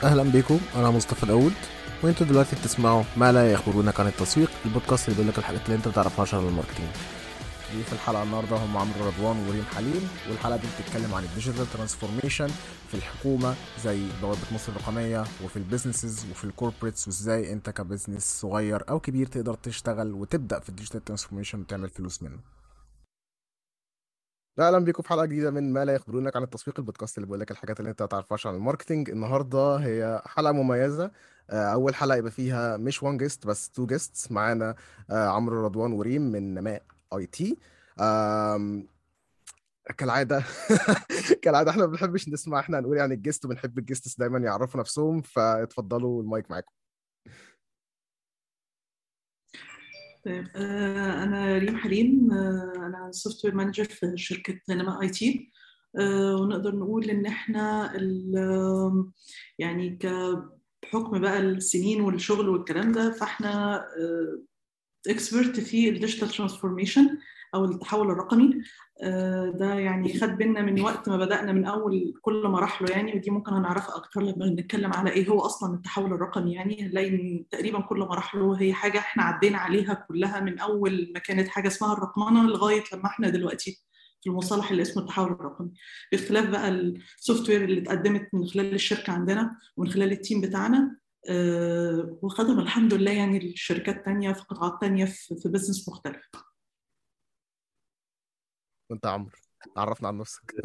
اهلا بيكم، انا مصطفى الاول، وانتوا دلوقتي بتسمعوا ما لا يخبرونك عن التسويق، البودكاست اللي بيقول لك الحاجات اللي انت ما تعرفهاش عن الماركتينج. في الحلقه النهارده هم عمرو رضوان وريم حليم، والحلقه دي بتتكلم عن الديجيتال ترانسفورميشن في الحكومه زي بوابه مصر الرقميه، وفي البيزنسز وفي الكوربريتس، وازاي انت كبزنس صغير او كبير تقدر تشتغل وتبدا في الديجيتال ترانسفورميشن وتعمل فلوس منه. اهلا بيكم في حلقه جديده من ما لا يخبرونك عن التسويق، البودكاست اللي بيقول لك الحاجات اللي انت ما تعرفهاش عن الماركتينج. النهارده هي حلقه مميزه. اول حلقه يبقى فيها مش وان جيست بس تو جيستس معانا. عمرو رضوان وريم من نماء اي تي. آم، كالعاده كالعاده احنا ما بنحبش نسمع احنا هنقول يعني الجيست، وبنحب الجيستس دايما يعرفوا نفسهم، فاتفضلوا المايك معاكم. طيب، أنا ريم حليم. أنا سوفت وير مانجر في شركة نما اي تي. ونقدر نقول إن إحنا يعني بحكم بقى السنين والشغل والكلام ده، فإحنا اكسبرت في الديجيتال ترانسفورميشن او التحول الرقمي. ده يعني خد بينا من وقت ما بدأنا، من اول كل مراحله يعني، ودي ممكن هنعرفها اكتر لما نتكلم على ايه هو اصلا التحول الرقمي. يعني هنلاقي ان تقريبا كل مراحله هي حاجه احنا عدينا عليها كلها، من اول ما كانت حاجه اسمها الرقمنه لغايه لما احنا دلوقتي في المصطلح اللي اسمه التحول الرقمي، باختلاف بقى السوفت وير اللي اتقدمت من خلال الشركه عندنا ومن خلال التيم بتاعنا. وخدم الحمد لله يعني الشركات تانية في قطاعات تانية في بزنس مختلف. وانت يا عمرو، عرفنا عن نفسك.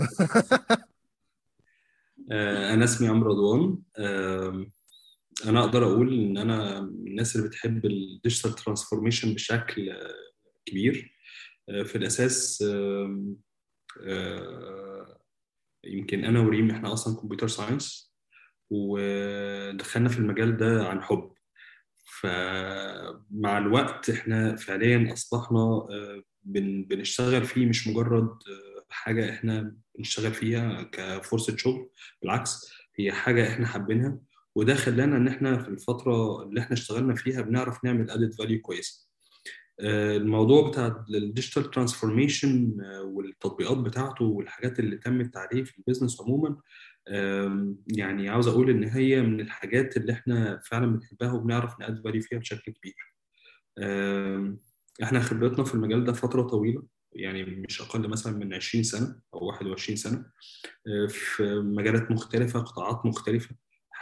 أنا اسمي عمرو رضوان. أنا أقدر أقول إن أنا من الناس اللي بتحب الديجيتال ترانسفورميشن بشكل كبير. في الأساس يمكن أنا وريم إحنا أصلا كمبيوتر ساينس، ودخلنا في المجال ده عن حب. فمع الوقت إحنا فعليا أصبحنا بنشتغل فيه، مش مجرد حاجة إحنا بنشتغل فيها كفرصة شغل. بالعكس، هي حاجة إحنا حابينها، وده خلانا إن إحنا في الفترة اللي إحنا اشتغلنا فيها بنعرف نعمل added value كويسة. الموضوع بتاع الديجيتال ترانسفورميشن والتطبيقات بتاعته والحاجات اللي تمت عليه في البيزنس عموما، يعني عاوز اقول ان هي من الحاجات اللي احنا فعلا بنحبها وبنعرف نأد فاليو فيها بشكل كبير. احنا خبرتنا في المجال ده فترة طويلة، يعني مش اقل مثلا من 20 سنة او 21 سنة، في مجالات مختلفة، قطاعات مختلفة،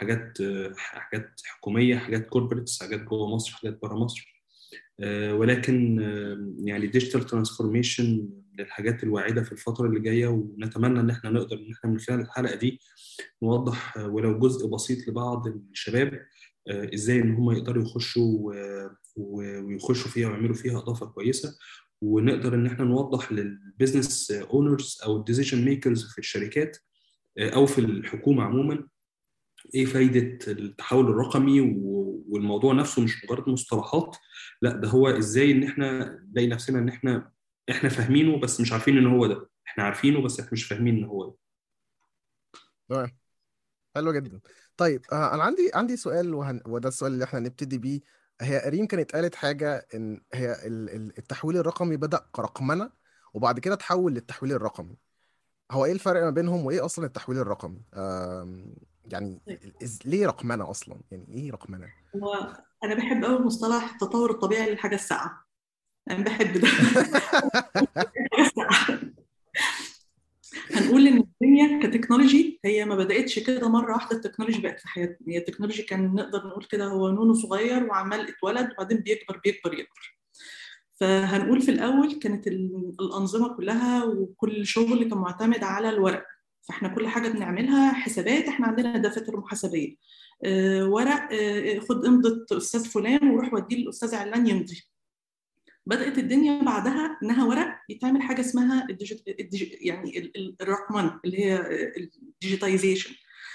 حاجات حكومية، حاجات كوربريتس، حاجات جوه مصر، حاجات بره مصر. ولكن يعني ديجيتال ترانسفورميشن من الحاجات الواعدة في الفترة اللي جاية، ونتمنى ان احنا نقدر ان احنا من خلال الحلقة دي نوضح ولو جزء بسيط لبعض الشباب ازاي ان هم يقدروا يخشوا ويخشوا فيها ويعملوا فيها اضافة كويسة، ونقدر ان احنا نوضح للبيزنس اونرز او الديسيجن ميكرز في الشركات او في الحكومة عموما ايه فايدة التحول الرقمي. والموضوع نفسه مش مجرد مصطلحات، لا ده هو ازاي ان احنا نلاقي نفسنا ان احنا فاهمينه بس مش عارفين ان هو ده، احنا عارفينه بس احنا مش فاهمين ان هو ده. تمام، حلو جدا. طيب انا عندي سؤال، وده السؤال اللي احنا نبتدي بيه. هي ريم كانت قالت حاجه ان هي التحويل الرقمي بدأ كرقمنه، وبعد كده تحول للتحويل الرقمي. هو ايه الفرق ما بينهم، وايه اصلا التحويل الرقمي؟ يعني طيب، ليه رقمنه اصلا؟ يعني ايه رقمنه؟ هو أنا بحب أوي مصطلح التطور الطبيعي للحاجة الساقعة. أنا بحب ده. الحاجة الساقعة. هنقول إن الدنيا كتكنولوجي هي ما بدأتش كده مرة واحدة. التكنولوجي بقت في حياتنا، هي التكنولوجي كان نقدر نقول كده هو نونو صغير وعمال اتولد وبعدين بيكبر بيكبر يكبر. فهنقول في الأول كانت الأنظمة كلها وكل شغل كان معتمد على الورق. فاحنا كل حاجة بنعملها حسابات، احنا عندنا دفاتر محاسبية. ورق، خد امضة أستاذ فلان وروح وديه للأستاذ علان يمضي. بدأت الدنيا بعدها إنها ورق يتعمل حاجة اسمها يعني الرقمنة اللي هي الديجيتايزيشن.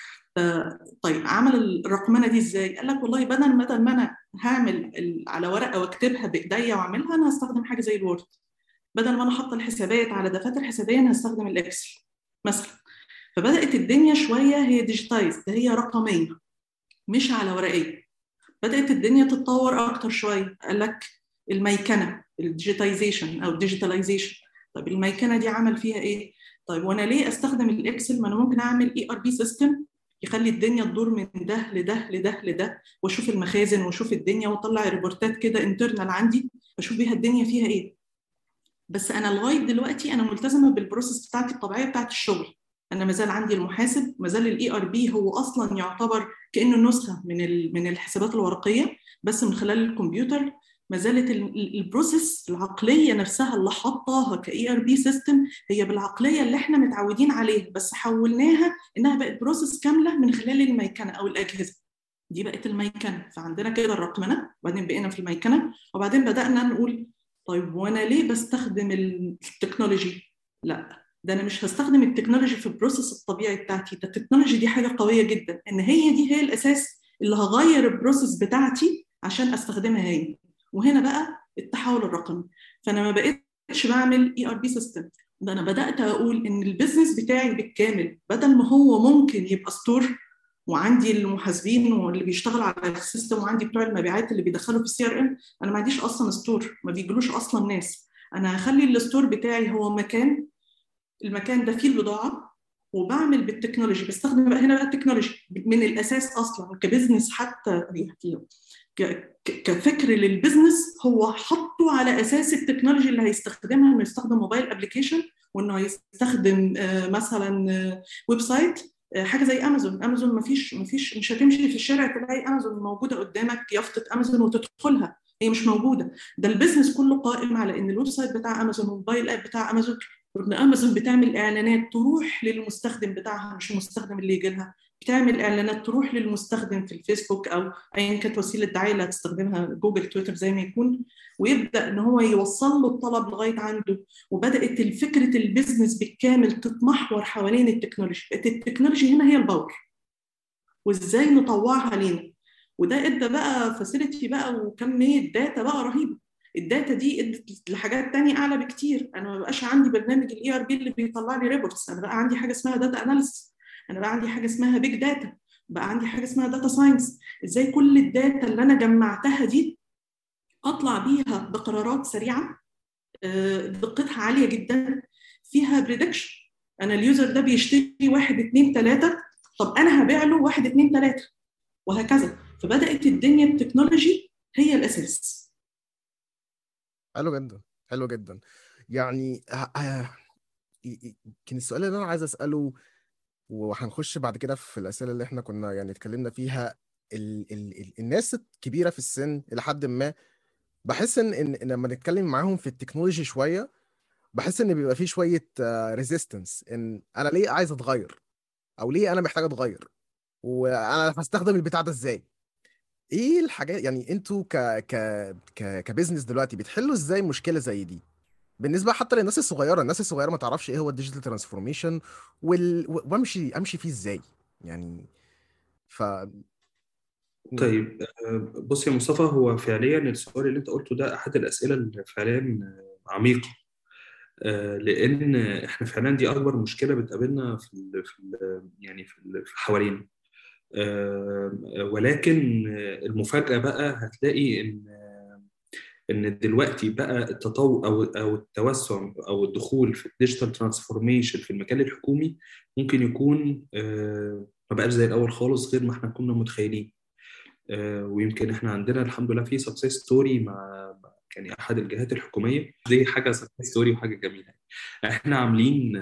طيب، عمل الرقمنه دي ازاي؟ قال لك والله بدل ما انا هعمل على ورقه واكتبها بايديا واعملها، انا هستخدم حاجه زي الوورد. بدل ما انا احط الحسابات على دفاتر حسابيه، انا هستخدم الاكسل مثلا. فبدات الدنيا شويه هي ديجيتايز، هي رقميه مش على ورقيه. بدات الدنيا تتطور اكتر شويه، قال لك الميكنه، الديجيتايزيشن او الديجيتاليزيشن. طيب الميكنه دي عمل فيها ايه؟ طيب وانا ليه استخدم الاكسل؟ ما انا ممكن اعمل اي ار بي سيستم يخلي الدنيا تدور من ده لده لده لده، واشوف المخازن واشوف الدنيا واطلع ريبورتات كده انترنال عندي اشوف بيها الدنيا فيها ايه. بس انا لغايه دلوقتي انا ملتزمه بالبروسيس بتاعتي الطبيعيه بتاعت الشغل. انا مازال عندي المحاسب، مازال الاي ار بي هو اصلا يعتبر كانه نسخه من الحسابات الورقيه بس من خلال الكمبيوتر. ما زالت البروسيس العقليه نفسها اللي حطاها كاي ار بي سيستم هي بالعقليه اللي احنا متعودين عليها، بس حولناها انها بقت بروسيس كامله من خلال الميكنه او الاجهزه. دي بقت الميكنه، فعندنا كده الرقمنه، وبعدين بقينا في الميكنه، وبعدين بدانا نقول طيب وانا ليه بستخدم التكنولوجي؟ لا، ده انا مش هستخدم التكنولوجي في البروسيس الطبيعي بتاعتي، ده التكنولوجي دي حاجه قويه جدا ان هي الاساس اللي هغير البروسيس بتاعتي عشان استخدمها هي. وهنا بقى التحول الرقمي. فانا ما بقتش بعمل اي ار بي سيستم، ده انا بدات اقول ان البيزنس بتاعي بالكامل بدل ما هو ممكن يبقى ستور وعندي المحاسبين واللي بيشتغل على السيستم وعندي بتوع المبيعات اللي بيدخلوا في السي ار ام، انا ما عنديش اصلا ستور، ما بيجيلوش اصلا ناس. انا هخلي الستور بتاعي هو مكان، المكان ده فيه البضاعه، وبعمل بالتكنولوجي، بستخدم بقى هنا بقى التكنولوجي من الاساس اصلا كبزنس حتى كفكر للبزنس هو حطه على اساس التكنولوجي اللي هيستخدمها، انه يستخدم موبايل ابلكيشن، وانه يستخدم مثلا ويب سايت، حاجه زي امازون. امازون مفيش مش هتمشي في الشارع تلاقي امازون موجوده قدامك، يافطه امازون وتدخلها، هي مش موجوده. ده البيزنس كله قائم على ان الويب سايت بتاع امازون والموبايل اب بتاع امازون، وان امازون بتعمل اعلانات تروح للمستخدم بتاعها مش المستخدم اللي يجي لها، بتعمل اعلانات تروح للمستخدم في الفيسبوك او ايا كانت وسيله دعايه اللي هتستخدمها، جوجل، تويتر، زي ما يكون، ويبدا ان هو يوصل له الطلب لغايه عنده. وبدات فكره البيزنس بالكامل تتمحور حوالين التكنولوجي، بقت التكنولوجي هنا هي الباور، وازاي نطوعها لينا. وده ادى بقى فاسيلتي بقى وكميه داتا بقى رهيبه. الداتا دي ادت لحاجات تانية اعلى بكتير. انا ما بقاش عندي برنامج الاي ار بي اللي بيطلع لي ريبورتس، انا بقى عندي حاجه اسمها داتا اناليسيس، انا بقى عندي حاجه اسمها بيج داتا، بقى عندي حاجه اسمها داتا ساينس. ازاي كل الداتا اللي انا جمعتها دي اطلع بيها بقرارات سريعه دقتها عاليه جدا، فيها بريدكشن. انا اليوزر ده بيشتري 1 2 3، طب انا هبيع له 1 2 3 وهكذا. فبدات الدنيا التكنولوجي هي الاساس. حلو جدا، حلو جدا. يعني كان السؤال اللي انا عايز اساله، وهنخش بعد كده في الاسئله اللي احنا كنا يعني اتكلمنا فيها. الناس الكبيره في السن الى حد ما، بحس إن لما نتكلم معاهم في التكنولوجي شويه، بحس ان بيبقى فيه شويه ريزيستنس، ان انا ليه عايز اتغير، او ليه انا محتاج اتغير، وانا هستخدم البتاع ده ازاي. ايه الحاجات يعني انتوا كبزنس دلوقتي بتحلوا ازاي مشكله زي دي؟ بالنسبه حتى للناس الصغيره، الناس الصغيره ما تعرفش ايه هو الديجيتال ترانسفورميشن، وامشي فيه ازاي يعني. ف طيب بص يا مصطفى، هو فعليا السؤال اللي انت قلته ده احد الاسئله اللي فعليا عميقه. لان احنا فعلا دي اكبر مشكله بتقابلنا يعني في حوالينا. ولكن المفاجاه بقى هتلاقي ان دلوقتي بقى التطور او التوسع او الدخول في الديجيتال ترانسفورميشن في المجال الحكومي ممكن يكون ما بقاش زي الاول خالص، غير ما احنا كنا متخيلين. ويمكن احنا عندنا الحمد لله في سكسيس ستوري يعني احد الجهات الحكوميه، دي حاجه سكسيس ستوري وحاجه جميله. احنا عاملين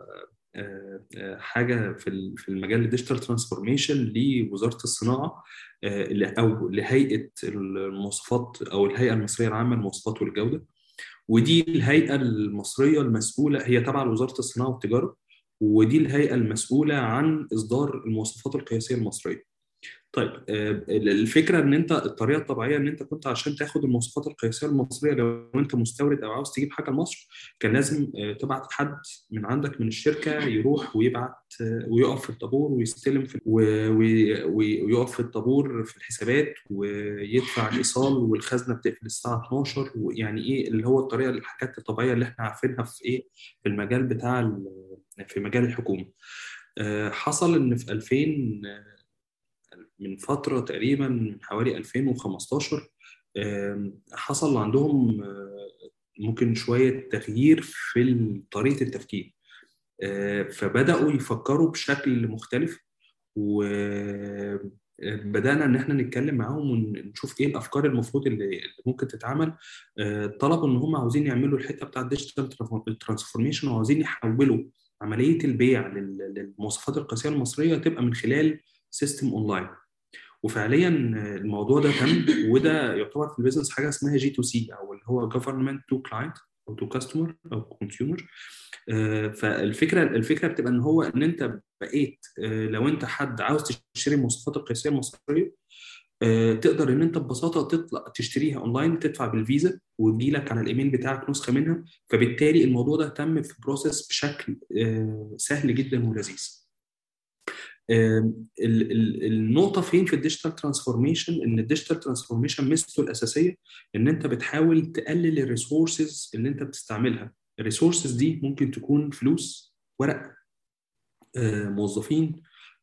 حاجه في المجال الديجيتال ترانسفورميشن لوزاره الصناعه، او لهيئه المواصفات او الهيئه المصريه العامه للمواصفات والجوده. ودي الهيئه المصريه المسؤوله، هي تبع لوزاره الصناعه والتجاره، ودي الهيئه المسؤوله عن اصدار المواصفات القياسيه المصريه. طيب الفكره ان انت الطريقه الطبيعيه ان انت كنت عشان تاخد المواصفات القياسيه المصريه، لو انت مستورد او عاوز تجيب حاجه لمصر، كان لازم تبعت حد من عندك من الشركه يروح ويبعت ويقف في الطابور ويستلم ويقف في الطابور في الحسابات ويدفع الايصال، والخزنه بتقفل الساعه 12، ويعني ايه اللي هو الطريقه الحاجات الطبيعيه اللي احنا عارفينها في ايه في المجال في مجال الحكومه. حصل ان في 2000 من فترة تقريبا من حوالي 2015 حصل عندهم ممكن شوية تغيير في طريقة التفكير. فبدأوا يفكروا بشكل مختلف، وبدأنا إن إحنا نتكلم معاهم ونشوف إيه الأفكار المفروض اللي ممكن تتعمل. طلبوا إن هم عاوزين يعملوا الحتة بتاع الديجيتال ترانسفورميشن، وعاوزين يحولوا عملية البيع للمواصفات القياسية المصرية تبقى من خلال سيستم أونلاين. وفعليا الموضوع ده تم، وده يعتبر في البيزنس حاجة اسمها G2C، أو اللي هو Government to Client أو to Customer أو Consumer. فالفكره بتبقى ان انت بقيت، لو انت حد عاوز تشتري المواصفات القياسيه المصريه، تقدر ان انت ببساطه تطلع تشتريها اونلاين، تدفع بالفيزا وتجي لك على الايميل بتاعك نسخه منها. فبالتالي الموضوع ده تم في بروسيس بشكل سهل جدا ولذيذ. النقطه فين في الديجيتال ترانسفورميشن؟ ان الديجيتال ترانسفورميشن ميزته الاساسيه ان انت بتحاول تقلل الريسورسز اللي انت بتستعملها. الريسورسز دي ممكن تكون فلوس، ورق، موظفين،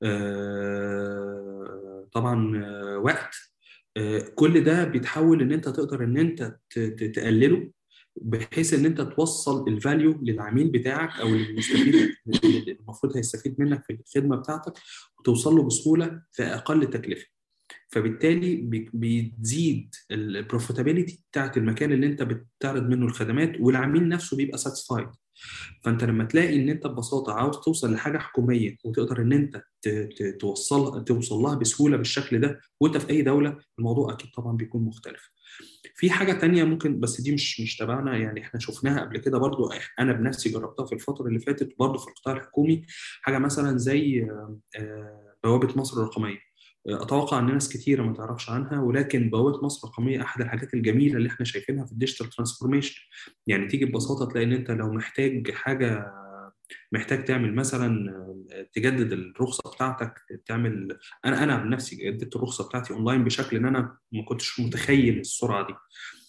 طبعا وقت. كل ده بيتحول ان انت تقدر ان انت تقلله، بحيث ان انت توصل الفاليو للعميل بتاعك او للمستفيد اللي المفروض هيستفيد منك في الخدمه بتاعتك، وتوصل له بسهوله في اقل تكلفه. فبالتالي بتزيد البروفيتابيلتي بتاعت المكان اللي انت بتعرض منه الخدمات، والعميل نفسه بيبقى ساتسفايد. فانت لما تلاقي ان انت ببساطه عاوز توصل لحاجه حكوميه، وتقدر ان انت توصل لها بسهوله بالشكل ده وانت في اي دوله، الموضوع اكيد طبعا بيكون مختلف. في حاجه تانية ممكن، بس دي مش تبعنا، يعني احنا شفناها قبل كده برضو، انا بنفسي جربتها في الفتره اللي فاتت برضو في القطاع الحكومي. حاجه مثلا زي بوابه مصر الرقميه. اتوقع ان ناس كتيره ما تعرفش عنها، ولكن بوابه مصر الرقميه احد الحاجات الجميله اللي احنا شايفينها في الديجيتال ترانسفورميشن. يعني تيجي ببساطه تلاقي ان انت لو محتاج حاجه، محتاج تعمل مثلا تجدد الرخصه بتاعتك، تعمل، انا عن نفسي جددت الرخصه بتاعتي اونلاين بشكل ان انا ما كنتش متخيل السرعه دي.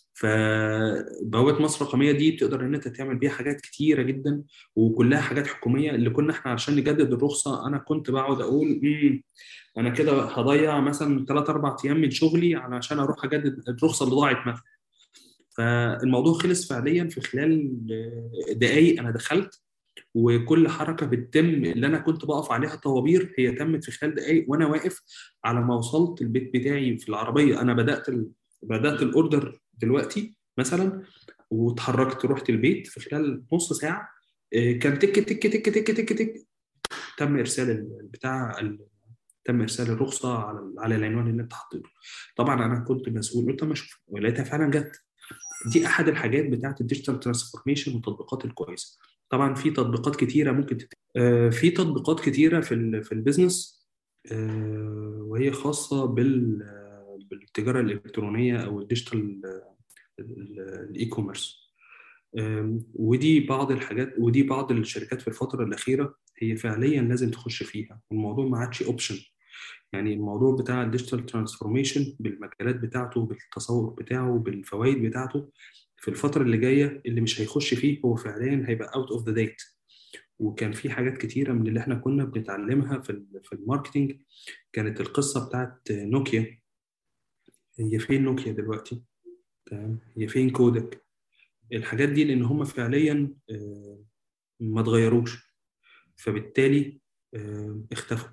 فبوابه مصر الرقميه دي بتقدر ان انت تعمل بيها حاجات كتيره جدا، وكلها حاجات حكوميه. اللي كنا احنا علشان نجدد الرخصه انا كنت بقعد اقول انا كده هضيع مثلا 3-4 ايام من شغلي علشان اروح اجدد الرخصه اللي ضاعت مثلا. فالموضوع خلص فعليا في خلال دقائق. انا دخلت، وكل حركه بتتم اللي انا كنت بقف عليها طوابير هي تمت في خلال دقائق وانا واقف. على ما وصلت البيت بتاعي في العربيه، انا بدات الاوردر دلوقتي مثلا، واتحركت رحت البيت في خلال نص ساعه. كان تك تك تك تك تك تك، تم ارسال تم ارسال الرخصه على العنوان اللي انت حطيته. طبعا انا كنت مسؤول، قلت اما اشوف، ولقيتها فعلا جت. دي احد الحاجات بتاعت الديجيتال ترانسفورميشن والتطبيقات الكويسه. طبعا في تطبيقات كتيره ممكن في تطبيقات كتيره في البيزنس، وهي خاصه بالتجاره الالكترونيه او الديجيتال، الاي كوميرس. ودي بعض الحاجات، ودي بعض الشركات في الفتره الاخيره هي فعليا لازم تخش فيها، والموضوع ما عادش اوبشن. يعني الموضوع بتاع الديجيتال ترانسفورميشن بالمجالات بتاعته، بالتصور بتاعه، بالفوائد بتاعته، في الفترة اللي جاية اللي مش هيخش فيه هو فعليا هيبقى اوت اوف ذا ديت. وكان في حاجات كتيرة من اللي احنا كنا بنتعلمها في الماركتينج. كانت القصة بتاعت نوكيا. هي فين نوكيا دلوقتي؟ تمام، هي فين كودك؟ الحاجات دي لأن هم فعليا ما اتغيروش، فبالتالي اختفوا.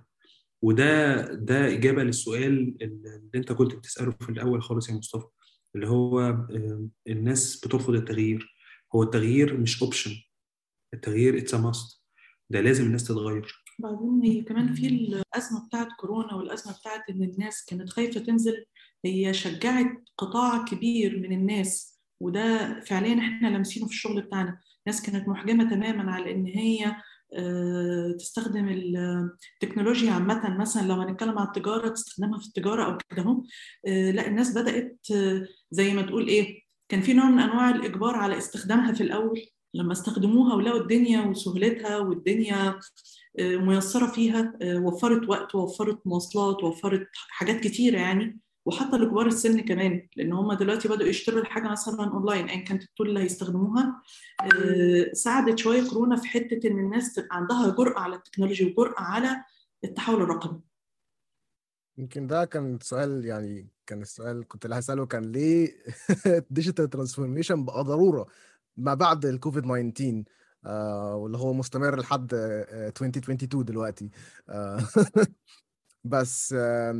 ده إجابة للسؤال اللي أنت كنت بتسأله في الأول خالص يا مصطفى، اللي هو الناس بترفض التغيير. هو التغيير مش أوبشن، التغيير اتس ماست. ده لازم الناس تتغير. بعدين هي كمان في الأزمة بتاعت كورونا والأزمة بتاعت إن الناس كانت خايفة تنزل، هي شجعت قطاع كبير من الناس، وده فعليا احنا لامسينه في الشغل بتاعنا. ناس كانت محجمة تماما على إن هي تستخدم التكنولوجيا عامة. مثلا لو هنتكلم على التجارة، تستخدمها في التجارة أو كده اهو. لا، الناس بدأت زي ما تقول إيه، كان في نوع من أنواع الإجبار على استخدامها في الأول. لما استخدموها ولقوا الدنيا وسهولتها والدنيا ميسرة فيها، وفرت وقت، وفرت مواصلات، وفرت حاجات كتيرة يعني. وحتى لكبار السن كمان، لأن هم دلوقتي بدأوا يشتروا الحاجة مثلا أونلاين أيا كانت التول اللي هيستخدموها. ساعدت شوية كورونا في حتة إن الناس تبقى عندها جرأة على التكنولوجيا وجرأة على التحول الرقمي. يمكن ده كان سؤال، يعني كان السؤال كنت اللي هسأله كان ليه الديجيتال ترانسفورميشن بقى ضرورة ما بعد الكوفيد 19، واللي هو مستمر لحد 2022 دلوقتي. آه بس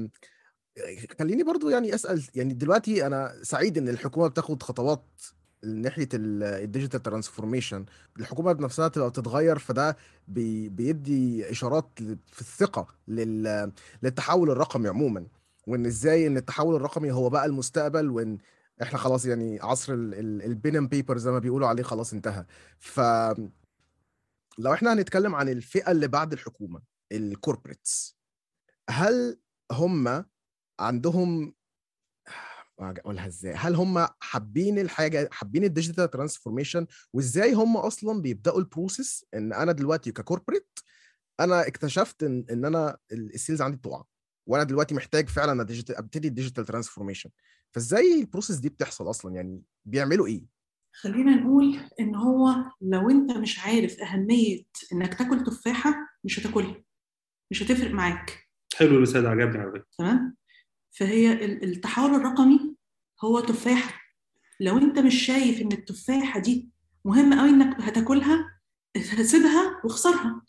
خليني برضو يعني اسال، يعني دلوقتي انا سعيد ان الحكومه بتاخد خطوات ناحيه الديجيتال ترانسفورميشن، الحكومه بنفسها تبقى بتتغير، فده بيدي اشارات في الثقه للتحول الرقمي عموما، وان ازاي ان التحول الرقمي هو بقى المستقبل، وان احنا خلاص يعني عصر البين اند بيبر زي ما بيقولوا عليه خلاص انتهى. فلو احنا هنتكلم عن الفئه اللي بعد الحكومه، الكوربريتس، هل هم عندهم، اقولها ازاي، هل هم حابين الحاجه، حابين الديجيتال ترانسفورميشن، وازاي هم اصلا بيبداوا البروسيس؟ ان انا دلوقتي ككوربريت انا اكتشفت ان انا السيلز عندي بتقع، وانا دلوقتي محتاج فعلا ابتدي الديجيتال ترانسفورميشن، فازاي البروسيس دي بتحصل اصلا؟ يعني بيعملوا ايه؟ خلينا نقول ان هو لو انت مش عارف اهميه انك تاكل تفاحه مش هتاكلها، مش هتفرق معاك. حلو المثال ده، عجبني على فكره. تمام. فهي التحول الرقمي هو تفاحه، لو انت مش شايف ان التفاحه دي مهمه قوي انك هتاكلها، سيبها واخسرها.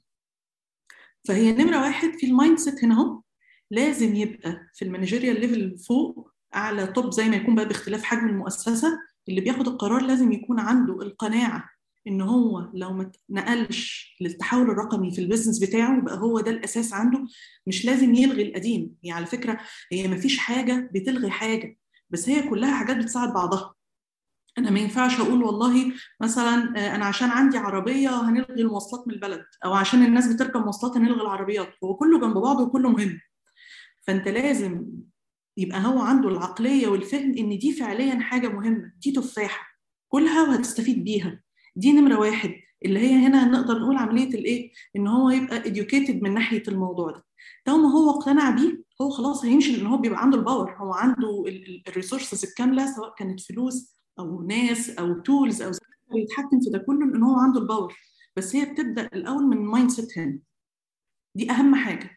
فهي نمره واحد في المايند سيت هنا اهو، لازم يبقى في المانجيريال ليفل فوق اعلى توب، زي ما يكون بقى باختلاف حجم المؤسسه، اللي بياخد القرار لازم يكون عنده القناعه ان هو لو ما نقلش للتحول الرقمي في البيزنس بتاعه بقى هو ده الاساس عنده، مش لازم يلغي القديم. يعني على فكره هي ما فيش حاجه بتلغي حاجه، بس هي كلها حاجات بتساعد بعضها. انا ما ينفعش اقول والله مثلا انا عشان عندي عربيه هنلغي المواصلات من البلد، او عشان الناس بتركب مواصلات هنلغي العربيات. هو كله جنب بعضه وكله مهم. فانت لازم يبقى هو عنده العقليه والفهم ان دي فعليا حاجه مهمه، دي تفاحه كلها وهتستفيد بيها. دي نمره واحد، اللي هي هنا نقدر نقول عمليه الايه، ان هو يبقى educated من ناحيه الموضوع ده. طالما هو اقتنع بيه هو خلاص هيمشي، لان هو بيبقى عنده الباور، هو عنده الريسورسز الكامله، سواء كانت فلوس او ناس او تولز او يتحكم في ده كله، لان هو عنده الباور. بس هي بتبدا الاول من المايند سيت هنا، دي اهم حاجه.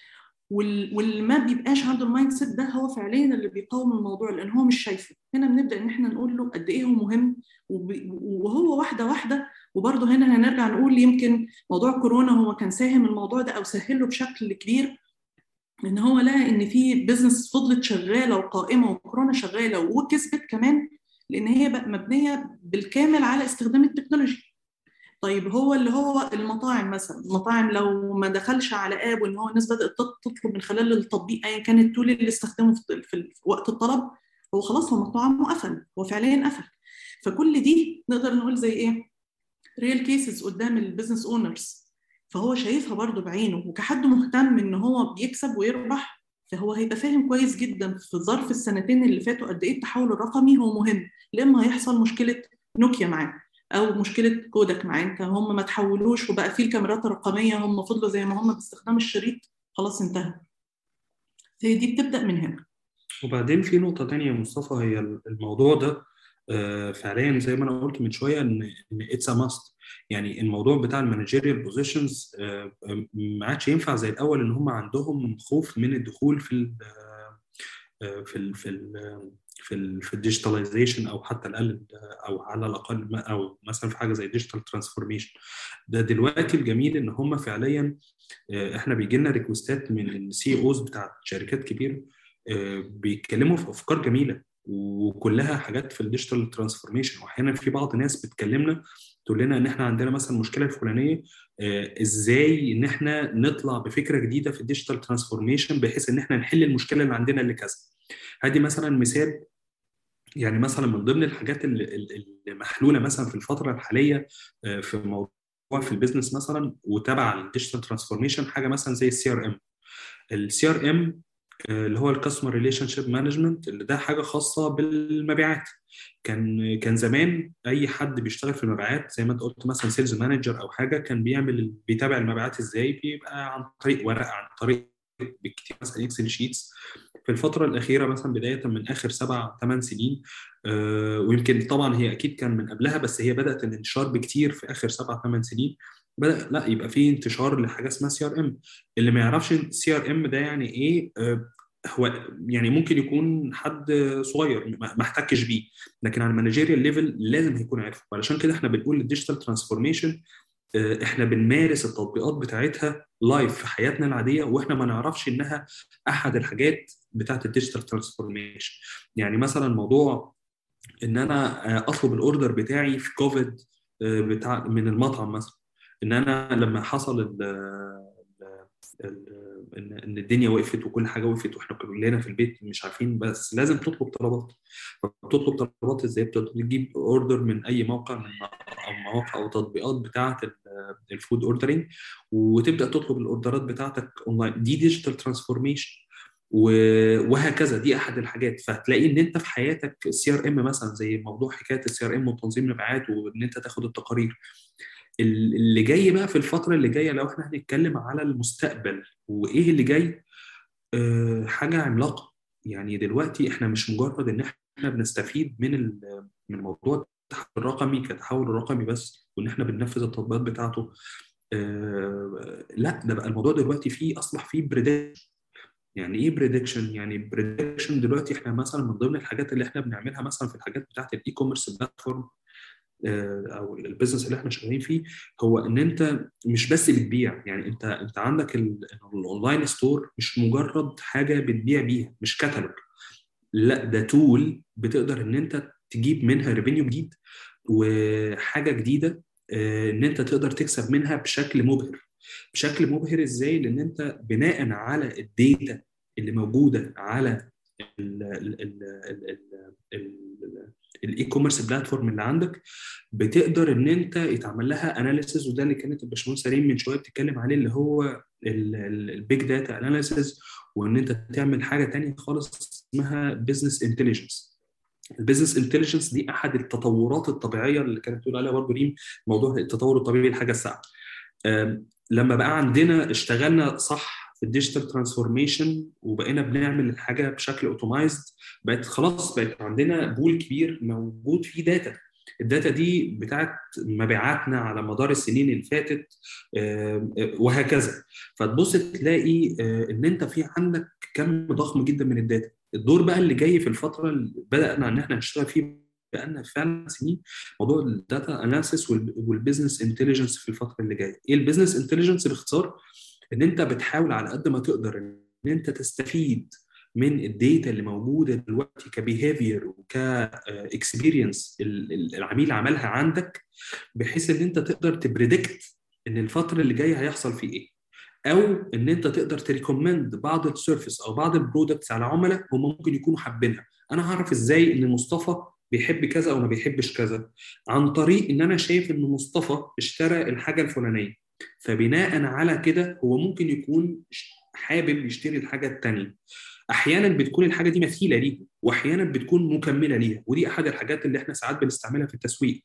واللي ما بيبقاش عنده المايند سيت ده هو فعليا اللي بيقاوم الموضوع، لان هو مش شايفه. هنا بنبدا ان احنا نقول له قد ايه هو مهم، وهو واحده واحده. وبرضه هنا هنرجع نقول يمكن موضوع كورونا هو كان ساهم الموضوع ده او سهله بشكل كبير، لان هو لقى ان في بزنس فضلت شغاله وقائمه وكورونا شغاله وكسبت كمان، لان هي بقى مبنيه بالكامل على استخدام التكنولوجي. طيب هو اللي هو المطاعم مثلا، المطاعم لو ما دخلش على اب وان هو الناس بدات تطلب من خلال التطبيق ايا كان التول اللي استخدمه في وقت الطلب، هو خلاص هو مطعمه قفل، هو فعليا قفل. فكل دي نقدر نقول زي ايه، ريال كيسز قدام البيزنس اونرز. فهو شايفها برضو بعينه، وكحد مهتم ان هو بيكسب ويربح، فهو هيبقى فاهم كويس جدا في ظرف السنتين اللي فاتوا قد ايه التحول الرقمي هو مهم. لما هيحصل مشكله نوكيا معاه او مشكله كودك معاه، انت هم ما تحولوش وبقى في الكاميرات الرقميه، هم فضلوا زي ما هم باستخدام الشريط، خلاص انتهى. هي دي بتبدا من هنا. وبعدين في نقطة تانية يا مصطفى، هي الموضوع ده فعليا زي ما انا قلت من شويه ان اتس ا ماست. يعني الموضوع بتاع المانجيريال بوزيشنز ما عادش ينفع زي الاول ان هم عندهم خوف من الدخول في الديجيتاليزيشن، او حتى الاقل او على الاقل او مثلا في حاجه زي ديجيتال ترانسفورميشن. ده دلوقتي الجميل ان هم فعليا احنا بيجي لنا ريكوستات من السي اوز بتاعت شركات كبيره بيتكلموا في افكار جميله وكلها حاجات في الديجيتال ترانسفورميشن. واحيانا في بعض الناس بتكلمنا تقول لنا ان احنا عندنا مثلا المشكله الفلانيه، ازاي ان احنا نطلع بفكره جديده في الديجيتال ترانسفورميشن بحيث ان احنا نحل المشكله اللي عندنا اللي كذا. هذه مثلا مثال، يعني مثلا من ضمن الحاجات اللي محلوله مثلا في الفتره الحاليه في موضوع في البيزنس مثلا وتبع الديجيتال ترانسفورميشن، حاجه مثلا زي السي ار ام. السي ار ام اللي هو الكاستمر ريليشن شيب مانجمنت، اللي ده حاجه خاصه بالمبيعات. كان زمان اي حد بيشتغل في المبيعات زي ما انت قلت مثلا سيلز مانجر او حاجه، كان بيتابع المبيعات ازاي، بيبقى عن طريق ورق، عن طريق بالكتير مثلا اكسل شيتس. في الفتره الاخيره مثلا بدايه من اخر 7-8 سنين، ويمكن طبعا هي اكيد كان من قبلها، بس هي بدات الانتشار بكتير في اخر 7-8 سنين. بدا لا يبقى في انتشار لحاجه اسمها سي ار ام. اللي ما يعرفش سي ار ام ده يعني ايه، هو يعني ممكن يكون حد صغير ما احتكش بيه، لكن على المانجيريال ليفل لازم هيكون عارفه. وعلشان كده احنا بنقول الديجيتال ترانسفورميشن احنا بنمارس التطبيقات بتاعتها لايف في حياتنا العاديه، واحنا ما نعرفش انها احد الحاجات بتاعت الديجيتال ترانسفورميشن. يعني مثلا موضوع ان انا اطلب الاوردر بتاعي في كوفيد بتاع من المطعم مثلا، ان انا لما حصل ان الدنيا وقفت وكل حاجه وقفت واحنا كلنا في البيت مش عارفين، بس لازم تطلب طلبات. فبتطلب طلبات ازاي؟ بتجيب اوردر من اي موقع من او مواقع او تطبيقات بتاعه الفود اوردرنج، وتبدا تطلب الاوردرات بتاعتك اونلاين. دي ديجيتال ترانسفورميشن. وهكذا، دي احد الحاجات. فهتلاقي ان انت في حياتك السي ار ام مثلا، زي موضوع حكايه السي ار ام وتنظيم المبيعات وان انت تاخد التقارير. اللي جاي بقى في الفتره اللي جايه، لو احنا هنتكلم على المستقبل وايه اللي جاي، حاجه عملاقه. يعني دلوقتي احنا مش مجرد ان احنا بنستفيد من موضوع التحول الرقمي كتحول رقمي بس، وان احنا بننفذ التطبيقات بتاعته. لا، ده بقى الموضوع دلوقتي فيه اصبح فيه بريدكشن. يعني ايه بريدكشن؟ يعني بريدكشن دلوقتي احنا مثلا من ضمن الحاجات اللي احنا بنعملها مثلا في الحاجات بتاعت الاي كوميرس بلاتفورم او البيزنس اللي احنا شغالين فيه، هو ان انت مش بس بتبيع. يعني انت عندك الاونلاين ستور مش مجرد حاجه بتبيع بيها، مش كتالوج. لا، ده تول بتقدر ان انت تجيب منها ريفينيو جديد وحاجه جديده، ان انت تقدر تكسب منها بشكل مبهر. بشكل مبهر ازاي؟ لان انت بناء على الداتا اللي موجوده على الاي كوميرس بلاتفورم اللي عندك، بتقدر ان انت يتعمل لها اناليسيز. وده اللي كانت الباشمهندس سليم من شويه بتتكلم عليه، اللي هو البيج داتا اناليسيز. وان انت تعمل حاجه تانية خالص اسمها بزنس انتليجنس. البيزنس انتليجنس دي احد التطورات الطبيعيه اللي كانت بتقول عليها برضه ريم، موضوع التطور الطبيعي للحاجه الساعه. لما بقى عندنا اشتغلنا صح في الديجيتال ترانسفورميشن وبقينا بنعمل الحاجه بشكل اوتومايزد، بقت خلاص بقت عندنا بول كبير موجود فيه داتا. الداتا دي بتاعت مبيعاتنا على مدار السنين اللي فاتت وهكذا. فتبص تلاقي ان انت في عندك كم ضخم جدا من الداتا. الدور بقى اللي جاي في الفتره اللي بدانا ان احنا نشتغل فيه بقالنا فعلا سنين، موضوع الداتا اناليسيس والبيزنس انتليجنس في الفتره اللي جايه. ايه البيزنس انتليجنس باختصار؟ ان انت بتحاول على قد ما تقدر ان انت تستفيد من الداتا اللي موجوده دلوقتي كبيهيفير وكاكسبيرينس العميل عملها عندك، بحيث ان انت تقدر تبريدكت ان الفتره اللي جايه هيحصل فيه ايه، او ان انت تقدر تريكومند بعض السيرفيس او بعض البرودكتس على عملاء هم ممكن يكونوا حابينها. انا هعرف ازاي ان مصطفى بيحب كذا او ما بيحبش كذا؟ عن طريق ان انا شايف ان مصطفى اشترى الحاجه الفلانيه، فبناء على كده هو ممكن يكون حابب يشتري الحاجه الثانيه. احيانا بتكون الحاجه دي مثيله ليه، واحيانا بتكون مكمله ليها. ودي احد الحاجات اللي احنا ساعات بنستعملها في التسويق.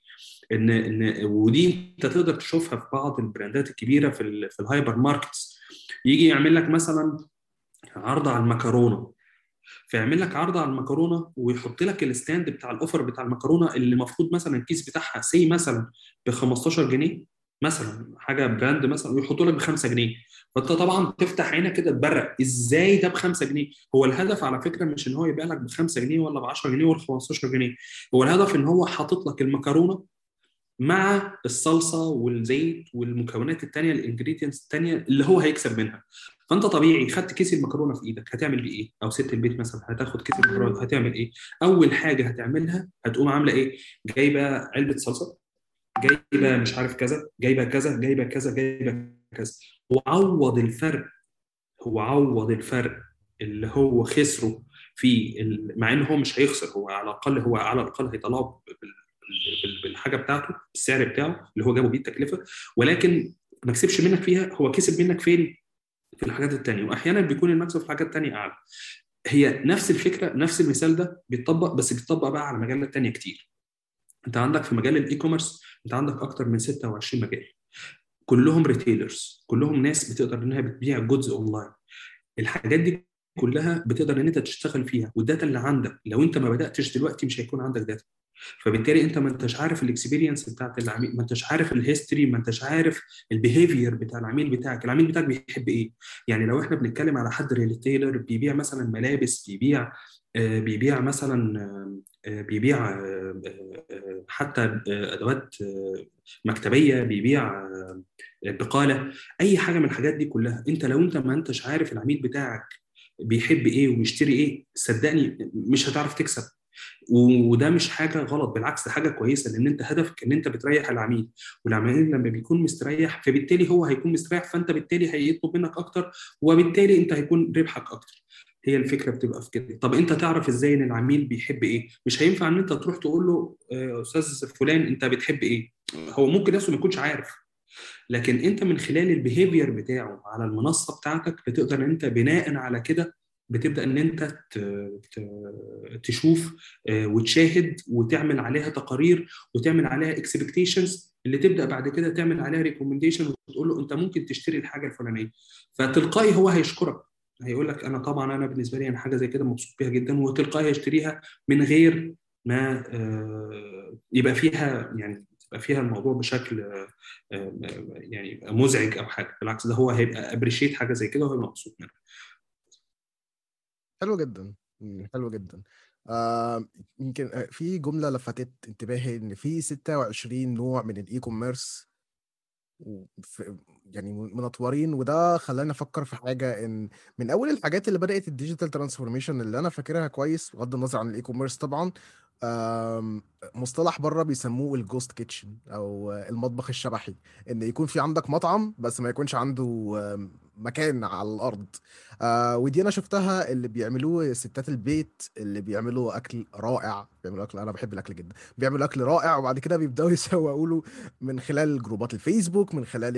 ودي انت تقدر تشوفها في بعض البراندات الكبيره في الهايبر ماركتس. يجي يعمل لك مثلا عرض على المكرونه، فيعمل لك عرض على المكرونه ويحط لك الستاند بتاع الاوفر بتاع المكرونه اللي المفروض مثلا الكيس بتاعها سي مثلا ب 15 جنيه، مثلا حاجه براند مثلا، ويحطوا لك ب 5 جنيه. فانت طبعا تفتح عينك كده تبرق، ازاي ده ب 5 جنيه؟ هو الهدف على فكره مش ان هو يبيع لك ب 5 جنيه ولا ب 10 جنيه ولا 15 جنيه. هو الهدف ان هو حاطط لك المكرونه مع الصلصه والزيت والمكونات الثانيه، الانجريدينتس الثانيه اللي هو هيكسب منها. فانت طبيعي خدت كيس المكرونه في ايدك، هتعمل بيه ايه؟ او ست البيت مثلا هتاخد كيس المكرونه هتعمل ايه؟ اول حاجه هتعملها هتقوم عامله ايه؟ جايبه علبه صلصه، جايبه مش عارف كذا، جايبه كذا، جايبه كذا، جايبه كذا. وعوض الفرق، هو عوض الفرق اللي هو خسره مع ان هو مش هيخسر، هو على الاقل هيطلعه بالحاجه بتاعته، السعر بتاعه اللي هو جابه بيه التكلفه. ولكن ما كسبش منك فيها، هو كسب منك فين؟ في الحاجات التانية. واحيانا بيكون المكسب في الحاجات التانية اعلى. هي نفس الفكره، نفس المثال ده بيتطبق، بس بيتطبق بقى على مجالات تانية كتير. انت عندك في مجال الاي كوميرس انت عندك اكتر من 26 مجال، كلهم ريتيلرز، كلهم ناس بتقدر انها بتبيع جودز اونلاين. الحاجات دي كلها بتقدر ان انت تشتغل فيها، والداتا اللي عندك لو انت ما بداتش دلوقتي مش هيكون عندك داتا. فبالتالي انت ما انتش عارف الاكسبيرينس بتاعت العميل، ما انتش عارف الهيستوري، ما انتش عارف البيهيفير بتاع العميل بتاعك. العميل بتاعك بيحب ايه؟ يعني لو احنا بنتكلم على حد ريتيلر بيبيع مثلا ملابس، بيبيع بيبيع مثلا بيبيع حتى ادوات مكتبيه، بيبيع بقاله، اي حاجه من الحاجات دي كلها. انت لو انت ما انتش عارف العميل بتاعك بيحب ايه وبيشتري ايه، صدقني مش هتعرف تكسب. وده مش حاجه غلط، بالعكس ده حاجه كويسه، لان انت هدفك ان انت بتريح العميل، والعميل لما بيكون مستريح فبالتالي هو هيكون مستريح، فانت بالتالي هيطلب منك اكتر، وبالتالي انت هيكون ربحك اكتر. هي الفكره بتبقى في كده. طب انت تعرف ازاي ان العميل بيحب ايه؟ مش هينفع ان انت تروح تقول له استاذ فلان انت بتحب ايه، هو ممكن نفسه ما يكونش عارف. لكن انت من خلال البيهيفير بتاعه على المنصه بتاعتك بتقدر ان انت بناء على كده بتبدا ان انت تشوف وتشاهد وتعمل عليها تقارير وتعمل عليها اكسبكتيشنز، اللي تبدا بعد كده تعمل عليها ريكومنديشن وتقول له انت ممكن تشتري الحاجه الفلانيه. فتلقائي هو هيشكرك، هيقول لك انا طبعا انا بالنسبه لي انا حاجه زي كده مبسوط بيها جدا، وتلقائي هيشتريها من غير ما يبقى فيها يعني يبقى فيها الموضوع بشكل يعني مزعج او حاجه. بالعكس ده هو هيبقى ابريشيت حاجه زي كده وهيبقى مبسوط منها. حلو جدا. حلو جدا. يمكن في جملة لفتت انتباهي ان في 26 نوع من الاي كوميرس يعني منطورين، وده خلاني افكر في حاجه، ان من اول الحاجات اللي بدات الديجيتال ترانسفورميشن اللي انا فاكرها كويس بغض النظر عن الاي كوميرس طبعا، مصطلح بره بيسموه الجوست كيتشن او المطبخ الشبحي. ان يكون في عندك مطعم بس ما يكونش عنده مكان على الارض. ودي انا شفتها اللي بيعملوه ستات البيت اللي بيعملوا اكل رائع، بيعملوا اكل، انا بحب الاكل جدا، بيعملوا اكل رائع، وبعد كده بيبداوا يسوقوا له من خلال جروبات الفيسبوك، من خلال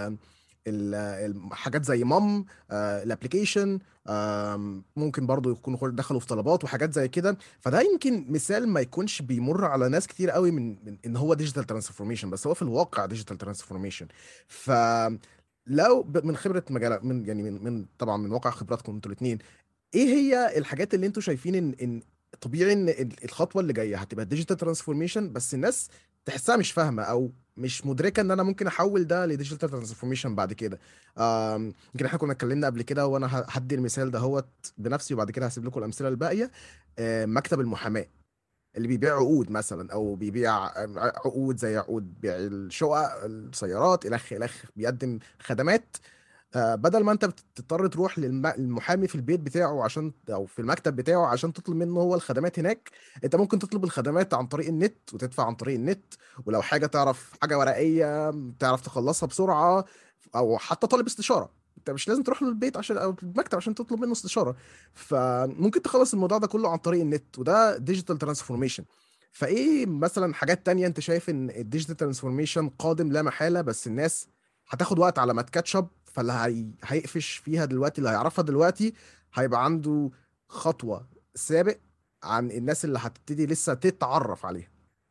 حاجات زي مام الابليكيشن. ممكن برضو يكونوا دخلوا في طلبات وحاجات زي كده. فده يمكن مثال ما يكونش بيمر على ناس كتير قوي من ان هو ديجيتال ترانسفورميشن، بس هو في الواقع ديجيتال ترانسفورميشن. ف لو من خبره مجال، من يعني من طبعا من واقع خبراتكم انتوا الاثنين، ايه هي الحاجات اللي انتوا شايفين ان طبيعي ان الخطوه اللي جايه هتبقى ديجيتال ترانسفورميشن، بس الناس تحسها مش فاهمه او مش مدركه ان انا ممكن احول ده لديجيتال ترانسفورميشن بعد كده؟ يمكن احنا كنا اتكلمنا قبل كده، وانا هدي المثال ده هوت بنفسي، وبعد كده هسيب لكم الامثله الباقيه. مكتب المحاماه اللي بيبيع عقود مثلا، او بيبيع عقود زي عقود بيع الشقق، السيارات، الخ الخ، بيقدم خدمات. بدل ما انت بتضطر تروح للمحامي في البيت بتاعه عشان، او في المكتب بتاعه عشان تطلب منه هو الخدمات هناك، انت ممكن تطلب الخدمات عن طريق النت وتدفع عن طريق النت. ولو حاجة تعرف حاجة ورقية تعرف تخلصها بسرعة، او حتى طالب استشارة، انت مش لازم تروح له البيت عشان او المكتب عشان تطلب منه استشارة. فممكن تخلص الموضوع ده كله عن طريق النت، وده ديجيتال ترانسفورميشن. فايه مثلا حاجات تانية انت شايف ان الديجيتال ترانسفورميشن قادم لا محالة، بس الناس هتاخد وقت على ما تكاتشب؟ فاللي هيقفش فيها دلوقتي، اللي هيعرفها دلوقتي، هيبقى عنده خطوة سابق عن الناس اللي هتبتدي لسه تتعرف عليها.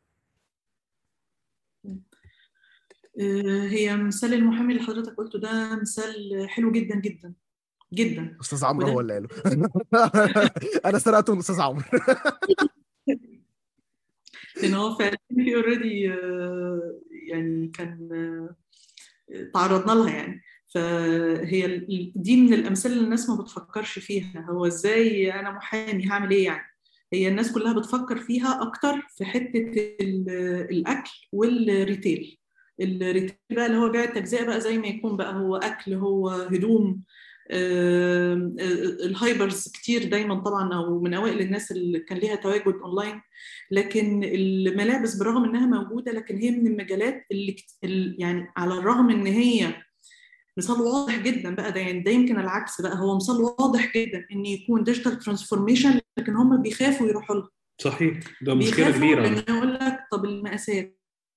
هي مثال المحامي اللي حضرتك قلته ده مثال حلو جدا جدا جدا. استاذ عمرو هو وده اللي قاله. انا سرقته من استاذ عمرو. لان هو فعلا في اوريدي يعني كان تعرضنا لها يعني. فهي دي من الامثله اللي الناس ما بتفكرش فيها، هو ازاي انا محامي هعمل ايه يعني. هي الناس كلها بتفكر فيها اكتر في حته الاكل والريتيل. الريتيل بقى اللي هو بيع التجزئه بقى، زي ما يكون بقى هو اكل، هو هدوم. الهايبرز كتير دايما طبعا، او من اوائل الناس اللي كان ليها تواجد اونلاين. لكن الملابس بالرغم انها موجوده، لكن هي من المجالات اللي يعني على الرغم ان هي مثال واضح جدا بقى، ده يعني ده يمكن العكس بقى، هو مثال واضح جدا ان يكون ديجيتال ترانسفورميشن، لكن هم بيخافوا يروحوا لها. صحيح، ده مشكله بيخافوا كبيره. لان يقول لك طب المقاسات،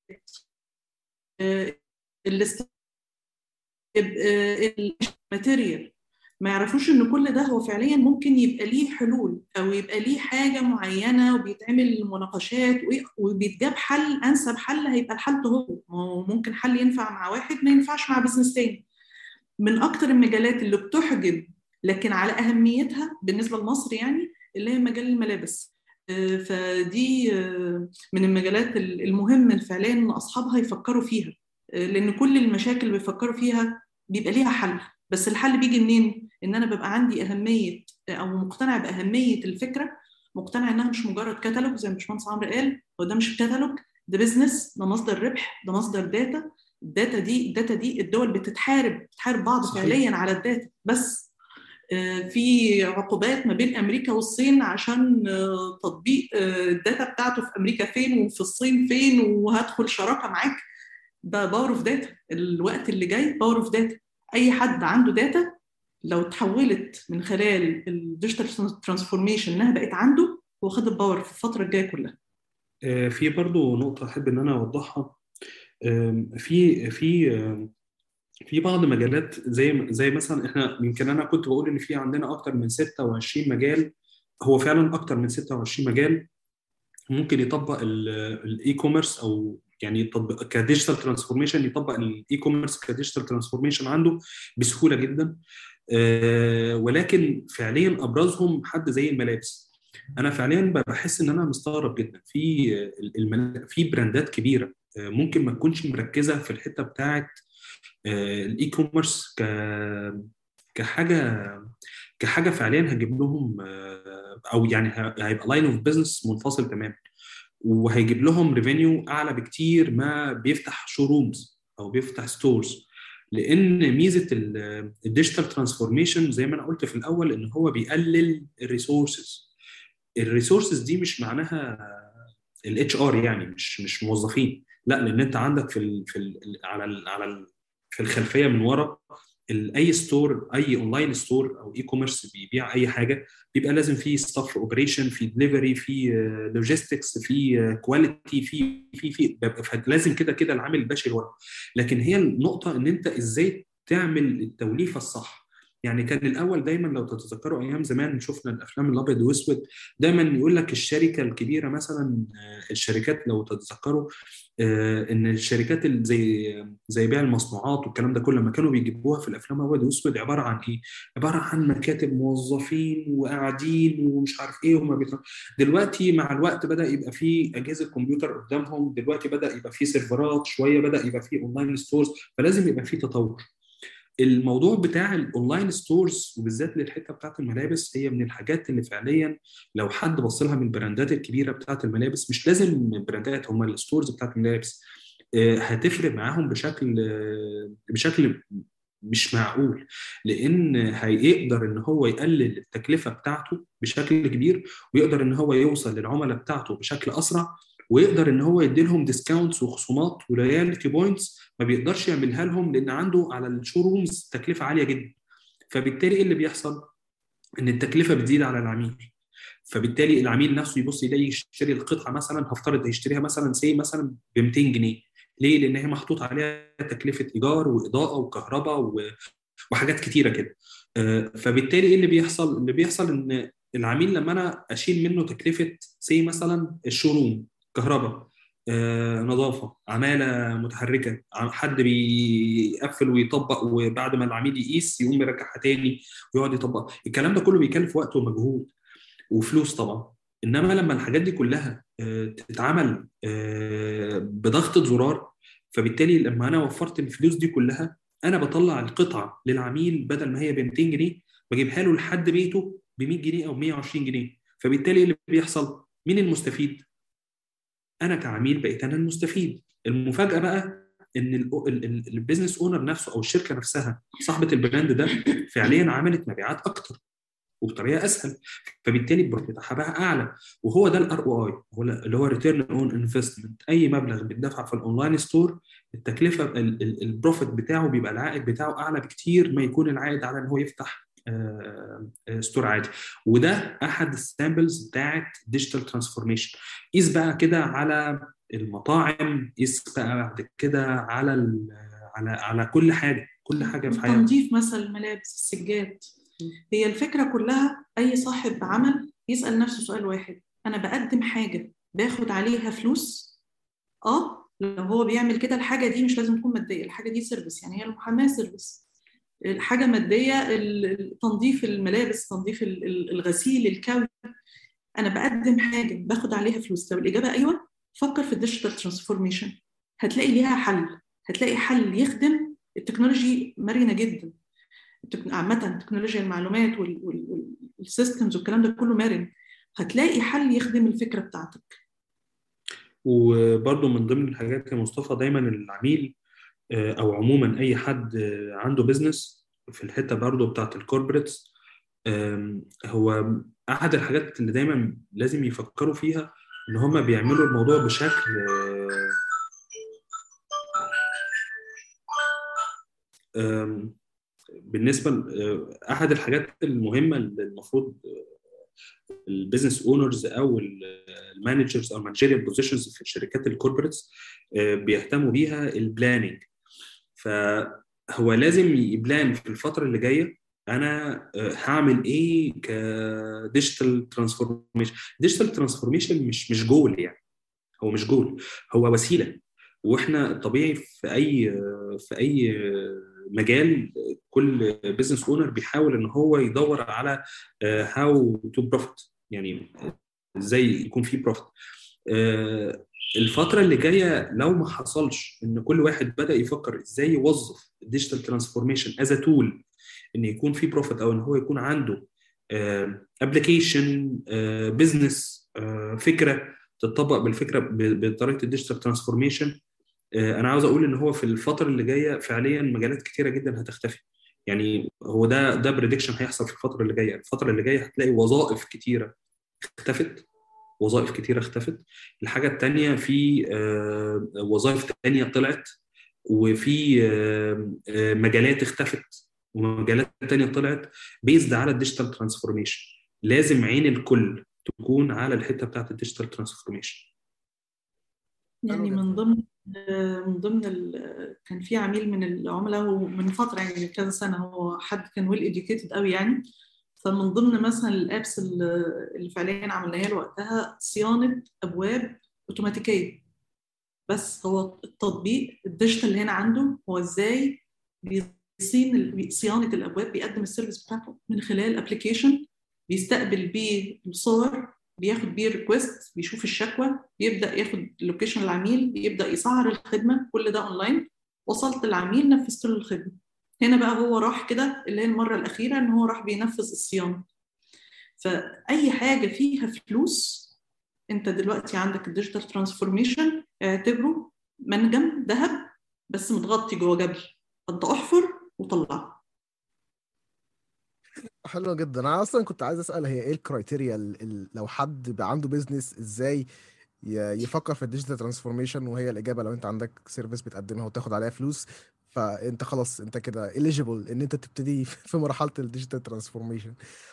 الماتيريال، ما يعرفوش ان كل ده هو فعليا ممكن يبقى ليه حلول، او يبقى ليه حاجه معينه وبيتعمل مناقشات وبيتجاب حل، انسب حل هيبقى الحل هو ممكن حل ينفع مع واحد ما ينفعش مع بزنس تاني. من اكتر المجالات اللي بتحجب لكن على اهميتها بالنسبه لمصر يعني، اللي هي مجال الملابس. فدي من المجالات المهمه فعليا ان اصحابها يفكروا فيها، لان كل المشاكل اللي بيفكروا فيها بيبقى ليها حل. بس الحل بيجي منين؟ ان انا ببقى عندي اهميه او مقتنع باهميه الفكره، مقتنع انها مش مجرد كتالوج زي ما باشمهندس عمرو قال. هو ده مش كتالوج، ده بزنس، ده مصدر ربح، ده مصدر داتا. الداتا دي الدول بتحارب بعض صحيح. فعليا على الداتا. بس في عقوبات ما بين امريكا والصين عشان تطبيق الداتا بتاعته في امريكا فين وفي الصين فين، وهدخل شراكه معاك. ده باور اوف داتا. الوقت اللي جاي باور اوف داتا. اي حد عنده داتا لو تحولت من خلال الديجيتال ترانسفورميشن انها بقت عنده، هو خد الباور في الفتره الجايه كلها. في برضو نقطة أحب إن أنا أوضحها. في في بعض مجالات زي مثلا إحنا يمكن أنا كنت بقول إن في عندنا أكتر من 26 مجال. هو فعلا أكتر من 26 مجال ممكن يطبق الاي كوميرس، او يعني يطبق كديجيتال ترانسفورميشن، يطبق الاي كوميرس كديجيتال ترانسفورميشن عنده بسهوله جدا. ولكن فعليا ابرزهم حد زي الملابس. انا فعليا بحس ان انا مستغرب جدا في براندات كبيره ممكن ما تكونش مركزه في الحته بتاعه الاي كوميرس كحاجه كحاجه فعليا هتجيب لهم او يعني هيبقى لاين اوف بزنس منفصل تماما، وهيجيب لهم ريفينيو اعلى بكتير ما بيفتح شورومز او بيفتح ستورز. لان ميزه الديجيتال ترانسفورميشن زي ما انا قلت في الاول ان هو بيقلل الريسورسز دي. مش معناها الاتش ار يعني مش موظفين، لا، لان انت عندك في الخلفيه من ورا اي ستور، اي اونلاين ستور او اي كوميرس بيبيع اي حاجه، بيبقى لازم في ستاف اوبريشن، في دليفري، في لوجيستكس، في كواليتي، في لازم كده العامل البشري ورا. لكن هي النقطه ان انت ازاي تعمل التوليفه الصح. يعني كان الاول دايما لو تتذكروا ايام زمان شفنا الافلام الابيض واسود، دايما يقول لك الشركه الكبيره مثلا، الشركات لو تتذكروا ان الشركات اللي زي بيع المصنوعات والكلام ده كله لما كانوا بيجيبوها في الافلام الابيض واسود عباره عن ايه؟ عباره عن مكاتب موظفين وقاعدين ومش عارف ايه دلوقتي مع الوقت بدا يبقى في اجهزه كمبيوتر قدامهم، دلوقتي بدا يبقى في سيرفرات شويه، بدا يبقى في اونلاين ستورز، فلازم يبقى في تطور. الموضوع بتاع الاونلاين ستورز وبالذات للحته بتاعت الملابس هي من الحاجات اللي فعليا لو حد بص لها من البراندات الكبيره بتاعت الملابس، مش لازم براندات، هم الستورز بتاعت الملابس هتفرق معاهم بشكل مش معقول. لان هيقدر ان هو يقلل التكلفه بتاعته بشكل كبير، ويقدر ان هو يوصل للعملاء بتاعته بشكل اسرع، ويقدر ان هو يدي لهم ديسكاونتس وخصومات ولويالتي بوينتس ما بيقدرش يعملها لهم لان عنده على الشورومز تكلفه عاليه جدا. فبالتالي ايه اللي بيحصل؟ ان التكلفه بتزيد على العميل، فبالتالي العميل نفسه يبص يلاقي يشتري القطعه مثلا، هفترض هيشتريها مثلا ب 200 جنيه. ليه؟ لان هي محطوط عليها تكلفه ايجار واضاءه وكهرباء وحاجات كتيره كده. فبالتالي ايه اللي بيحصل؟ اللي بيحصل ان العميل لما انا اشيل منه تكلفه مثلا الشوروم، كهرباء، نظافه، عماله متحركه، حد بيقفل ويطبق وبعد ما العميل يقيس يقوم يرجعها تاني ويقعد يطبق، الكلام ده كله بيكلف وقت ومجهود وفلوس طبعا. انما لما الحاجات دي كلها تتعمل بضغطه زرار، فبالتالي لما انا وفرت الفلوس دي كلها انا بطلع القطعه للعميل بدل ما هي ب 200 جنيه بجيبها له لحد بيته ب 100 جنيه او 120 جنيه. فبالتالي اللي بيحصل مين المستفيد؟ انا كعميل بقيت انا المستفيد. المفاجاه بقى ان البيزنس اونر نفسه او الشركه نفسها صاحبه البراند ده فعليا عملت مبيعات اكتر وبطريقه اسهل، فبالتالي البروفيت بتاعها بقى اعلى. وهو ده الار او اي، هو اللي هو ريتيرن اون انفستمنت. اي مبلغ بيدفع في الاونلاين ستور التكلفه البروفيت بتاعه بيبقى العائد بتاعه اعلى بكتير ما يكون العائد على ان هو يفتح ستور عادي. وده احد السامبلز بتاعت ديجيتال ترانسفورميشن. قيس بقى كده على المطاعم، قيس بقى بعد كده على كل حاجه في حياتنا. تنظيف مثلا الملابس، السجاد. هي الفكرة كلها أي صاحب عمل يسأل نفسه سؤال واحد: أنا بقدم حاجة باخد عليها فلوس؟ لو هو بيعمل كده الحاجة دي مش لازم تكون مادية، الحاجة دي سيرفيس، يعني هي المحاماة سيرفيس. الحاجة مادية، تنظيف الملابس، تنظيف الغسيل، الكوي، أنا بقدم حاجة باخد عليها فلوس. لو الإجابة أيوة، فكر في الديجيتال ترانسفورميشن، هتلاقي ليها حل، هتلاقي حل يخدم. التكنولوجي مرنة جدا، عامة تكنولوجيا المعلومات والسيستمز والكلام ده كله مرن. هتلاقي حل يخدم الفكرة بتاعتك. وبرضه من ضمن الحاجات يا مصطفى، دايما العميل او عموما اي حد عنده بيزنس في الحته برضه بتاعت الكوربريتس، هو احد الحاجات اللي دايما لازم يفكروا فيها ان هم بيعملوا الموضوع بشكل بالنسبه احد الحاجات المهمه اللي المفروض البيزنس اونرز او المانجرز او المانجيريال بوزيشنز في الشركات الكوربريتس بيهتموا بيها، البلاننج. فهو لازم يبلان في الفتره اللي جايه انا هعمل ايه كديجيتال ترانسفورميشن. ديجيتال ترانسفورميشن مش جول، يعني هو مش جول، هو وسيله. واحنا طبيعي في اي مجال كل بزنس اونر بيحاول ان هو يدور على هاو تو بروفيت، يعني ازاي يكون في بروفيت. الفتره اللي جايه لو ما حصلش ان كل واحد بدا يفكر ازاي يوظف الديجيتال ترانسفورميشن از تول ان يكون في بروفيت، او ان هو يكون عنده ابلكيشن بزنس فكره تطبق بالفكره بطريقه الديجيتال ترانسفورميشن، انا عاوز اقول ان هو في الفتره اللي جايه فعليا مجالات كتيره جدا هتختفي. يعني هو ده بريدكشن هيحصل في الفتره اللي جايه. الفتره اللي جايه هتلاقي وظائف كتيره اختفت، وظائف كتيره اختفت. الحاجه الثانيه في وظائف تانية طلعت، وفي مجالات اختفت ومجالات تانية طلعت بيزد على الديجيتال ترانسفورميشن. لازم عين الكل تكون على الحته بتاعت الديجيتال ترانسفورميشن. يعني كان في عميل من العملاء ومن فترة، يعني من كذا سنة، هو حد كان ويل educated قوي يعني. فمن ضمن مثلا الابس اللي فعليا عملناها له وقتها صيانة ابواب اوتوماتيكية. بس هو التطبيق الديجيتال اللي هنا عنده هو ازاي صيانة الابواب، بيقدم السيرفيس بتاعته من خلال ابلكيشن بيستقبل بيه الصور، بياخد بيه ريكوست، بيشوف الشكوى، بيبدا ياخد لوكيشن العميل، بيبدا يسعر الخدمه، كل ده اونلاين. وصلت للعميل، نفذت له الخدمه. هنا بقى هو راح كده، اللي هي المره الاخيره ان هو راح بينفذ الصيانه. فاي حاجه فيها فلوس، انت دلوقتي عندك الديجيتال ترانسفورميشن اعتبره منجم ذهب بس متغطي جوه جبل، انت احفر وطلع. حلو جدا. انا اصلا كنت عايز اسال هي ايه الكرايتيريا لو حد بقى عنده بيزنس ازاي يفكر في الديجيتال ترانسفورميشن؟ وهي الاجابه لو انت عندك سيرفيس بتقدمها وتاخد عليها فلوس، فانت خلاص انت كده eligible ان انت تبتدي في مرحله الديجيتال ترانسفورميشن.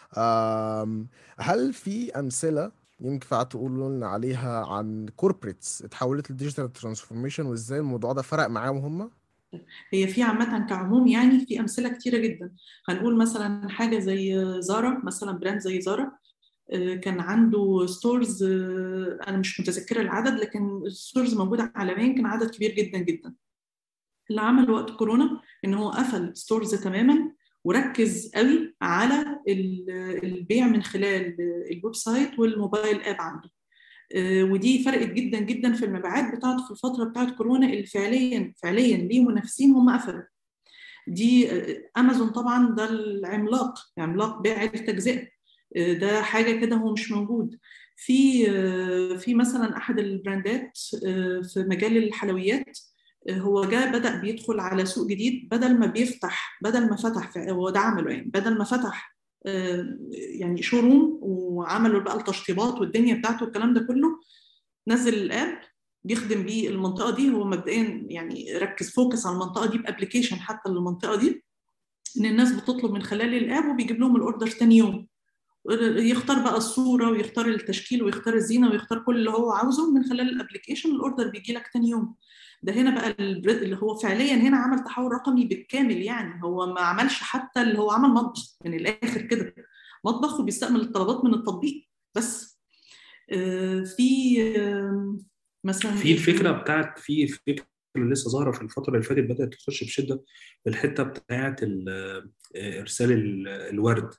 هل في امثله ينفع تقولوا لنا عليها عن كوربريتس اتحولت للديجيتال ترانسفورميشن وازاي الموضوع ده فرق معاهم هم؟ هي في عامة كعموم يعني في أمثلة كتيرة جدا. هنقول مثلا حاجة زي زارا، مثلا براند زي زارا كان عنده ستورز، أنا مش متذكرة العدد، لكن الستورز موجودة عالميا، كان عدد كبير جدا جدا. اللي عمل وقت كورونا إن هو قفل ستورز تماما وركز قوي على البيع من خلال الويب سايت والموبايل آب عنده. ودي فرقت جدا جدا في المبيعات بتاعته في الفترة بتاعت كورونا، اللي فعليا ليه منافسين هم قفلوا. دي امازون طبعا ده العملاق، عملاق بيع التجزئه، ده حاجه كده هو مش موجود. في مثلا احد البراندات في مجال الحلويات، هو جاء بدأ بيدخل على سوق جديد، بدل ما فتح هو ده عمله يعني، بدل ما فتح يعني شوروم وعملوا بقى التشطيبات والدنيا بتاعته والكلام ده كله، نزل الاب بيخدم بيه المنطقه دي. هو مبدئيا يعني ركز فوكس على المنطقه دي بابلكيشن حتى للمنطقه دي، ان الناس بتطلب من خلال الاب وبيجيب لهم الاوردر تاني يوم. يختار بقى الصوره ويختار التشكيل ويختار الزينه ويختار كل اللي هو عاوزه من خلال الابلكيشن، الاوردر بيجي لك تاني يوم. ده هنا بقى اللي هو فعليا هنا عمل تحول رقمي بالكامل. يعني هو ما عملش حتى اللي هو عمل مطبخ من الاخر كده، مطبخ وبيستقبل الطلبات من التطبيق بس. في مثلا في الفكره بتاعت في الفكره اللي لسه ظاهره في الفتره اللي فاتت، بدات تخش بشده الحته بتاعت ارسال الورد.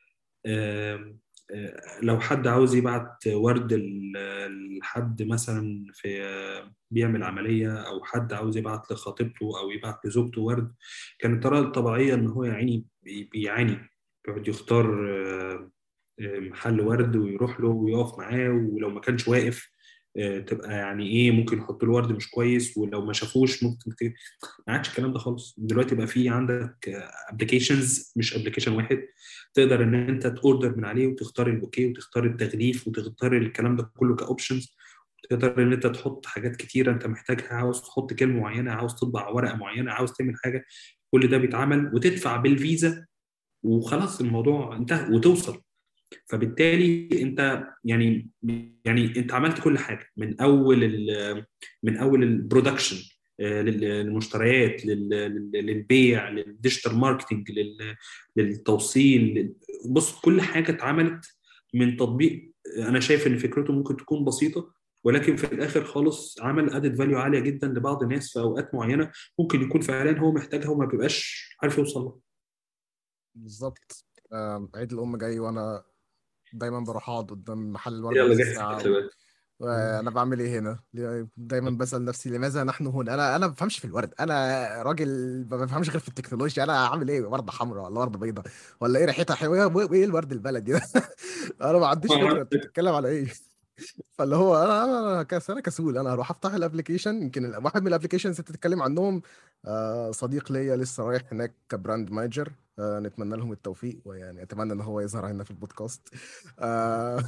لو حد عاوز يبعت ورد لحد مثلا في بيعمل عمليه، او حد عاوز يبعت لخطيبته او يبعت لزوجته ورد، كانت الطريقه الطبيعيه ان هو يعني بيعاني، يقعد يختار محل ورد ويروح له ويقف معاه، ولو ما كانش واقف تبقى يعني ايه ممكن يحط له ورد مش كويس، ولو ما شافوش ممكن ما عادش الكلام ده خالص. دلوقتي بقى في عندك ابلكيشنز، مش ابلكيشن واحد تقدر ان انت تاوردر من عليه وتختار الاوكي وتختار التغليف وتختار الكلام ده كله كاوبشنز. تقدر ان انت تحط حاجات كتيره انت محتاجها، عاوز تحط كلمه معينه، عاوز تطبع ورقه معينه، عاوز تعمل حاجه، كل ده بيتعمل وتدفع بالفيزا وخلاص الموضوع انتهى وتوصل. فبالتالي انت يعني انت عملت كل حاجه من اول البرودكشن للمشتريات للبيع للديجيتال ماركتنج للتوصيل. بص كل حاجه اتعملت من تطبيق انا شايف ان فكرته ممكن تكون بسيطه، ولكن في الاخر خالص عمل ادد فاليو عاليه جدا لبعض الناس في اوقات معينه ممكن يكون فعلا هو محتاجها وما بيبقاش عارف يوصل لها. بالظبط. عيد الام جاي وانا دايما بروح اقعد قدام محل الورد يلا نص جاهز ساعه خلي بالك. وانا بعمل ايه هنا؟ دايما بسأل نفسي لماذا نحن هنا؟ انا ما بفهمش في الورد، انا راجل ما بفهمش غير في التكنولوجيا. انا اعمل ايه؟ ورده حمراء ولا ورده بيضاء ولا ايه ريحتها حلوه وايه الورد البلدي ده؟ انا ما عنديش فكره انت بتتكلم على ايه. فاللي هو انا كسول، انا هروح افتح الابلكيشن. يمكن واحد من الابلكيشنز انت تتكلم عنهم صديق ليا لسه رايح هناك كبراند مانجر. نتمنى لهم التوفيق، ويعني اتمنى ان هو يظهر هنا في البودكاست. آه،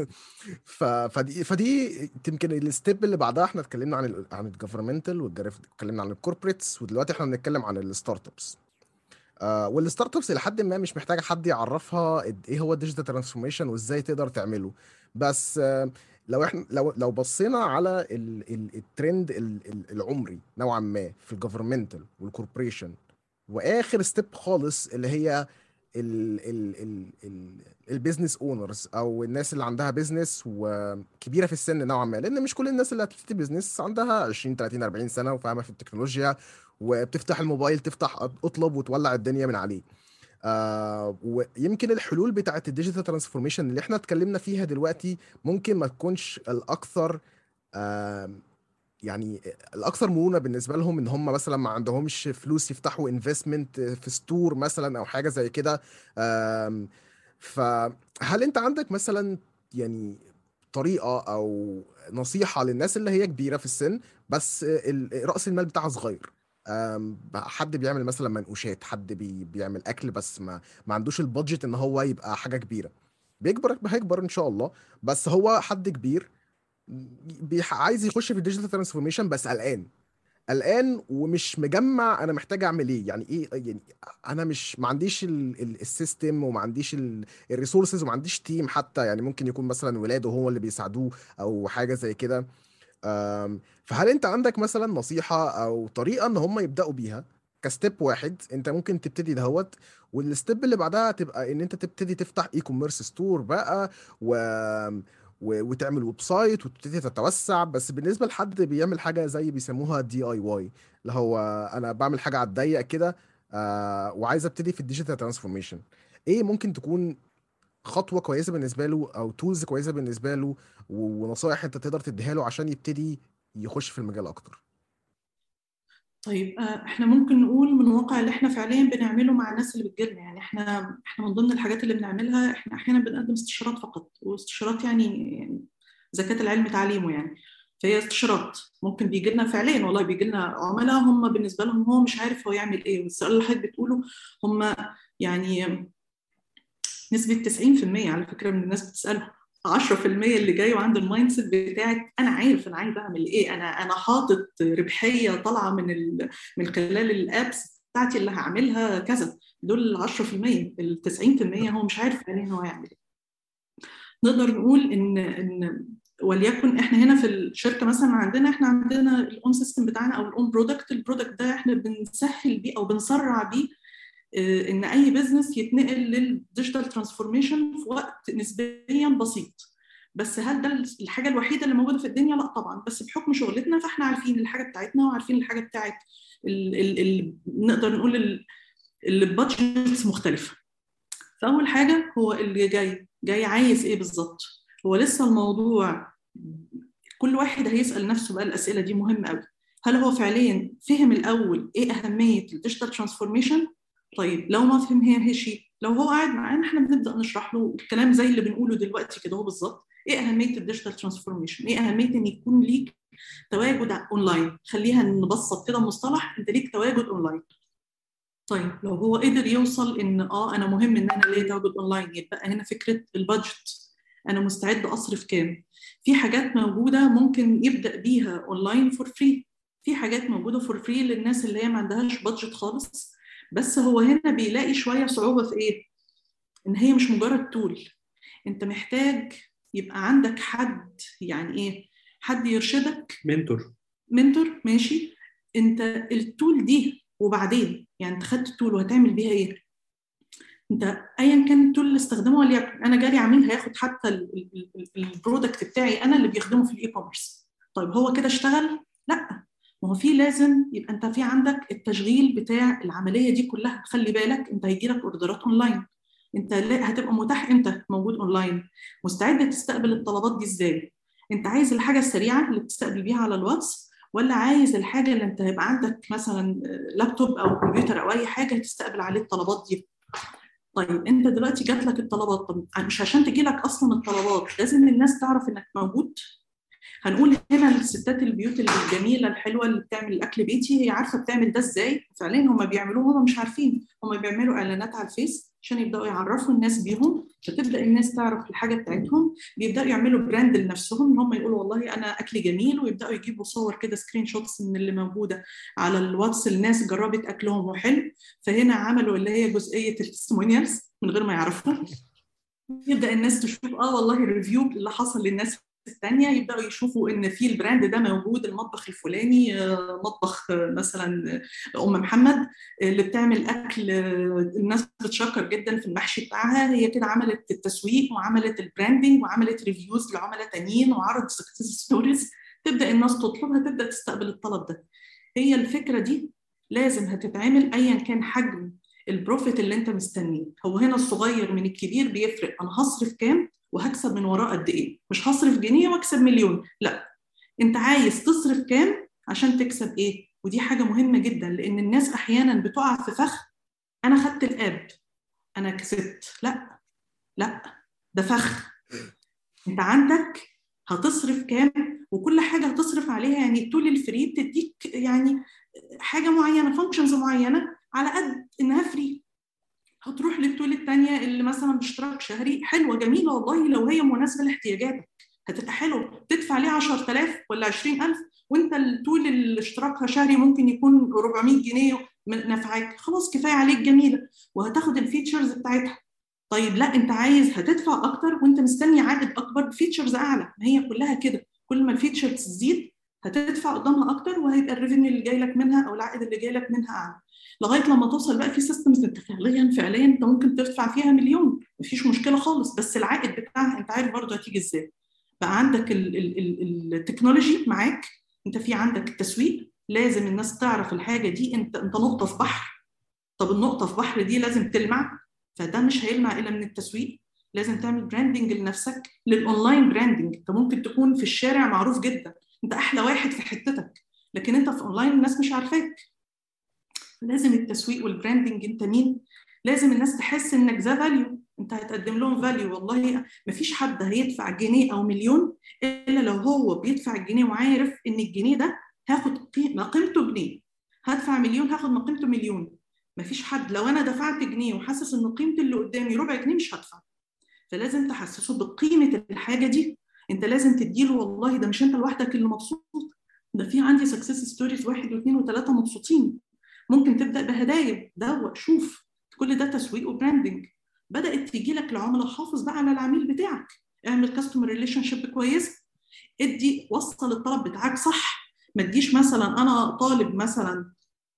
فدي يمكن الستيب اللي بعدها. احنا اتكلمنا عن الجفرمنتال واتكلمنا عن الكوربريتس، ودلوقتي احنا بنتكلم عن الستارت ابس. والستارت ابس لحد ما مش محتاجه حد يعرفها ايه هو الديجيتال ترانسفورميشن وازاي تقدر تعمله. بس لو احنا لو بصينا على الترند العمري نوعا ما في الجفرمنتال والكوربريشن، واخر ستيب خالص اللي هي البيزنس اونرز او الناس اللي عندها بيزنس وكبيره في السن نوعا ما، لان مش كل الناس اللي هتبتدي بيزنس عندها 20 30 40 سنه وفاهمه في التكنولوجيا وبتفتح الموبايل تفتح اطلب وتولع الدنيا من عليه. ويمكن الحلول بتاعت الديجيتال ترانسفورميشن اللي احنا اتكلمنا فيها دلوقتي ممكن ما تكونش الاكثر آه يعني الاكثر مرونه بالنسبه لهم، ان هم مثلا ما عندهمش فلوس يفتحوا انفستمنت في ستور مثلا او حاجه زي كده. آم، فهل انت عندك مثلا يعني طريقه او نصيحه للناس اللي هي كبيره في السن بس راس المال بتاعها صغير؟ حد بيعمل مثلا منقوشات، حد بيعمل اكل بس ما عندوش البادجت ان هو يبقى حاجه كبيره. هيكبر ان شاء الله، بس هو حد كبير عايز يخش في الديجيتال ترانسفورميشن بس قلقان ومش مجمع انا محتاج اعمل ايه. يعني ايه يعني؟ انا مش ما عنديش السيستم وما عنديش الريسورسز وما عنديش تيم حتى، يعني ممكن يكون مثلا ولاده هو اللي بيساعدوه او حاجه زي كده. فهل انت عندك مثلا نصيحه او طريقه ان هم يبداوا بيها كستيب واحد؟ انت ممكن تبتدي دهوت، والستيب اللي بعدها تبقى ان انت تبتدي تفتح اي كوميرس ستور بقى و... وتعمل ويب سايت وتبتدي تتوسع. بس بالنسبه لحد بيعمل حاجه زي بيسموها دي اي واي، اللي هو انا بعمل حاجه على الضيق كده وعايز ابتدي في الديجيتال ترانسفورميشن، ايه ممكن تكون خطوه كويسه بالنسبه له او تولز كويسه بالنسبه له ونصايح انت تقدر تديها له عشان يبتدي يخش في المجال اكتر؟ طيب احنا ممكن نقول من الواقع اللي احنا فعليا بنعمله مع الناس اللي بتجيلنا. يعني احنا من ضمن الحاجات اللي بنعملها احنا احيانا بنقدم استشارات فقط، واستشارات يعني زكاة العلم تعليمه يعني. فهي استشارات ممكن بيجي لنا فعليا، والله بيجي لنا عملاء هم بالنسبه لهم هو مش عارف هو يعمل ايه. والسؤال اللي حضرتك بتقوله هم يعني نسبة 90% على فكرة من الناس بتسأله. 10% اللي جاي وعنده المايند سيت بتاعت انا عارف انا عايز اعمل ايه، انا حاطط ربحيه طالعه من خلال الابس بتاعتي اللي هعملها كذا. دول 10%. ال 90% هو مش عارف فعليا هو هيعمل ايه. نقدر نقول ان وليكن احنا هنا في الشركه مثلا احنا عندنا الاون سيستم بتاعنا او الاون برودكت. البرودكت ده احنا بنسهل بيه او بنسرع بيه ان اي بزنس يتنقل للديجيتال ترانسفورميشن في وقت نسبيا بسيط. بس هل ده الحاجه الوحيده اللي موجوده في الدنيا؟ لا طبعا. بس بحكم شغلتنا فاحنا عارفين الحاجه بتاعتنا وعارفين الحاجه بتاعت نقدر نقول البادجتس مختلفه. فاول حاجه هو اللي جاي عايز ايه بالظبط. هو لسه الموضوع كل واحد هيسال نفسه بقى الاسئله دي مهمه قوي. هل هو فعليا فهم الاول ايه اهميه الديجيتال ترانسفورميشن، طيب لو ما فهمهاش، لو هو قاعد معانا احنا بنبدا نشرح له الكلام زي اللي بنقوله دلوقتي كده هو بالظبط. ايه اهميه الديجيتال ترانسفورميشن؟ ايه اهميه ان يكون ليك تواجد اونلاين؟ خليها نبسط كده مصطلح، انت ليك تواجد اونلاين. طيب لو هو قدر يوصل ان انا مهم ان انا ليا تواجد اونلاين، يبقى هنا فكره البادجت. انا مستعد اصرف كام؟ في حاجات موجوده ممكن يبدا بيها اونلاين فور فري، في حاجات موجوده فور فري للناس اللي هي ما عندهاش بادجت خالص. بس هو هنا بيلاقي شويه صعوبه في ايه؟ ان هي مش مجرد تول، انت محتاج يبقى عندك حد، يعني ايه؟ حد يرشدك. منتور، ماشي. انت التول دي وبعدين يعني انت خدت التول وهتعمل بيها ايه؟ انت ايا كان التول اللي استخدمه، وليكن انا جالي عميل هياخد حتى البرودكت بتاعي انا اللي بيخدمه في الاي كوميرس، طيب هو كده اشتغل؟ لا، ما هو في لازم يبقى انت في عندك التشغيل بتاع العمليه دي كلها. خلي بالك انت هيجي لك اوردرات اونلاين، انت هتبقى متاح امتى موجود اونلاين؟ مستعد تستقبل الطلبات دي ازاي؟ انت عايز الحاجه السريعه اللي بتستقبل بيها على الواتس، ولا عايز الحاجه اللي انت هيبقى عندك مثلا لابتوب او كمبيوتر او اي حاجه تستقبل عليه الطلبات دي؟ طيب انت دلوقتي جات لك الطلبات، طب مش عشان تجي لك اصلا الطلبات لازم الناس تعرف انك موجود؟ هنقول هنا الستات البيوت الجميله الحلوه اللي بتعمل الاكل بيتي، هي عارفه بتعمل ده ازاي؟ فعليا هم بيعملوه، هم مش عارفين، هم بيعملوا اعلانات على الفيس عشان يبداوا يعرفوا الناس بيهم، فتبدا الناس تعرف الحاجه بتاعتهم، بيبداوا يعملوا براند لنفسهم ان هم يقولوا والله انا اكلي جميل، ويبداوا يجيبوا صور كده سكرين شوتس من اللي موجوده على الواتس، الناس جربت اكلهم وحلو، فهنا عملوا اللي هي جزئيه التستمونيالز من غير ما يعرفوا. يبدا الناس تشوف والله الريفيو اللي حصل للناس الثانيه، يبداوا يشوفوا ان في البراند ده موجود، المطبخ الفلاني، مطبخ مثلا ام محمد اللي بتعمل اكل، الناس بتشكر جدا في المحشي بتاعها، هي كده عملت التسويق وعملت البراندنج وعملت ريفيوز لعملاء تانيين وعرض سكسس ستوريز، تبدا الناس تطلبها، تبدا تستقبل الطلب ده. هي الفكره دي لازم هتتعمل ايا كان حجم البروفيت اللي انت مستنيه. هو هنا الصغير من الكبير بيفرق، انا هصرف كام وهكسب من وراه قد ايه، مش هصرف جنيه واكسب مليون، لا، انت عايز تصرف كام عشان تكسب ايه. ودي حاجه مهمه جدا، لان الناس احيانا بتقع في فخ، انا خدت الاب انا كسبت، لا لا، ده فخ. انت عندك هتصرف كام، وكل حاجه هتصرف عليها، يعني التول الفري بتديك يعني حاجه معينه، فانكشنز معينه على قد انها فري. هتروح للتول الثانيه اللي مثلا باشتراك شهري، حلوه جميله والله لو هي مناسبه لاحتياجاتك، هتبقى حلوه، تدفع ليه 10000 ولا 20000 وانت التول اللي اشتراكها شهري ممكن يكون 400 جنيه نفعك، خلاص كفايه عليك، جميله، وهتاخد الفيتشرز بتاعتها. طيب لا، انت عايز هتدفع اكتر وانت مستني عائد اكبر بفيتشرز اعلى، ما هي كلها كده، كل ما الفيتشرز تزيد هتدفع قدامها اكتر، وهيبقى الريفينيو اللي جاي لك منها او العائد اللي جاي لك منها اعلى، لغايه لما توصل بقى في سيستمز انت فعليا انت ممكن تدفع فيها مليون مفيش مشكله خالص، بس العائد بتاعها انت عارف برضه هتيجي ازاي. بقى عندك التكنولوجي معاك، انت في عندك التسويق، لازم الناس تعرف الحاجه دي، انت نقطه في بحر، طب النقطه في بحر دي لازم تلمع، فده مش هيلمع الا من التسويق. لازم تعمل براندنج لنفسك، للاونلاين براندنج، انت ممكن تكون في الشارع معروف جدا، انت احلى واحد في حتتك، لكن انت في اونلاين الناس مش عارفاك. لازم التسويق والبراندنج، انت مين، لازم الناس تحس انك ذا فاليو، انت هتقدم لهم فاليو. والله مفيش حد هيدفع جنيه او مليون الا لو هو بيدفع الجنيه وعارف ان الجنيه ده هاخد قيمته جنيه، هدفع مليون هاخد ما قيمته مليون. مفيش حد لو انا دفعت جنيه وحاسس ان قيمه اللي قدامي ربع جنيه مش هدفع، فلازم تحسسه بقيمه الحاجه دي، انت لازم تديله والله ده مش انت لوحدك اللي مبسوط، ده في عندي سكسس ستوريز 1 و2 و3 مبسوطين. ممكن تبدا بهدايا، دوق شوف، كل ده تسويق وبراندنج. بدات تيجي لك العملاء، حافظ بقى على العميل بتاعك، اعمل كاستمر ريليشن شيب كويس، ادي وصل الطلب بتاعك صح. ما تجيش مثلا انا طالب مثلا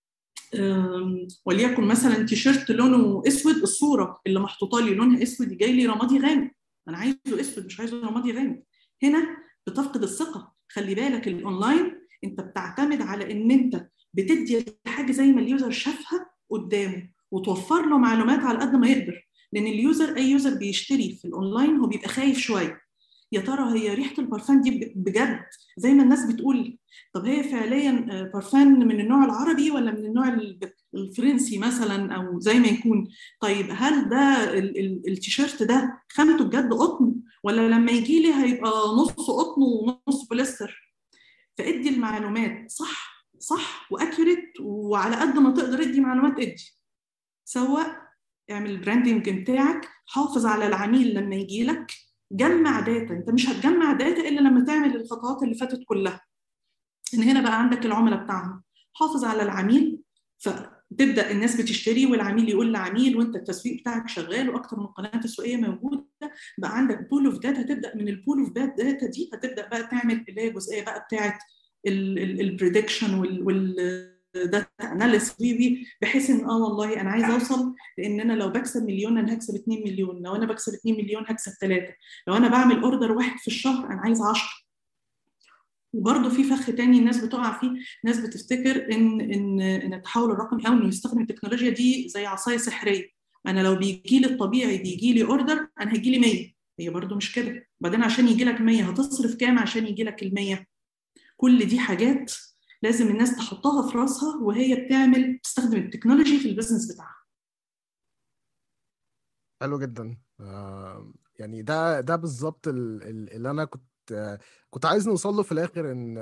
وليكن مثلا تيشيرت لونه اسود، الصوره اللي محطوطه لي لونها اسود، جاي لي رمادي غامق، انا عايزه اسود مش عايزه رمادي غامق، هنا بتفقد الثقه. خلي بالك الاونلاين انت بتعتمد على ان انت بتدي الحاجه زي ما اليوزر شافها قدامه، وتوفر له معلومات على قد ما يقدر، لان اليوزر، اي يوزر بيشتري في الاونلاين هو بيبقى خايف شويه، يا ترى هي ريحه البرفان دي بجد زي ما الناس بتقول؟ طب هي فعليا برفان من النوع العربي ولا من النوع الفرنسي مثلا او زي ما يكون؟ طيب هل ده التيشيرت ده خامته بجد قطن ولا لما يجي لي هيبقى نص قطن ونص بوليستر؟ فادي المعلومات صح واكيوريت، وعلى قد ما تقدر ادي معلومات ادي. سواء اعمل البراندنج بتاعك، حافظ على العميل لما يجي لك، جمع داتا. انت مش هتجمع داتا الا لما تعمل الخطوات اللي فاتت كلها. ان هنا بقى عندك العملاء بتاعهم، حافظ على العميل، فتبدا الناس بتشتري والعميل يقول لعميل، وانت التسويق بتاعك شغال واكتر من قناه تسويقيه موجوده، بقى عندك بول اوف داتا. هتبدا من البول اوف داتا دي هتبدا بقى تعمل اللي هي الجزئيه بقى بتاعه البريدكشن داتا اناليسيس بحيث ان والله انا عايز اوصل لان انا لو بكسب مليون انا هكسب 2 مليون، لو انا بكسب 2 مليون هكسب 3، لو انا بعمل اوردر واحد في الشهر انا عايز 10. وبرضه في فخ تاني الناس بتقع فيه، ناس بتفتكر ان التحول الرقمي او انه يستخدم التكنولوجيا دي زي عصايه سحريه. انا لو بيجي لي الطبيعي بيجي لي اوردر انا هيجي لي 100. هي برضه مش كده. بعدين عشان يجي لك 100 هتصرف كام عشان يجي لك ال 100؟ كل دي حاجات لازم الناس تحطها في راسها وهي بتستخدم التكنولوجي في البيزنس بتاعها. حلو جدا. يعني ده بالظبط اللي انا كنت عايز نوصل له في الاخر، ان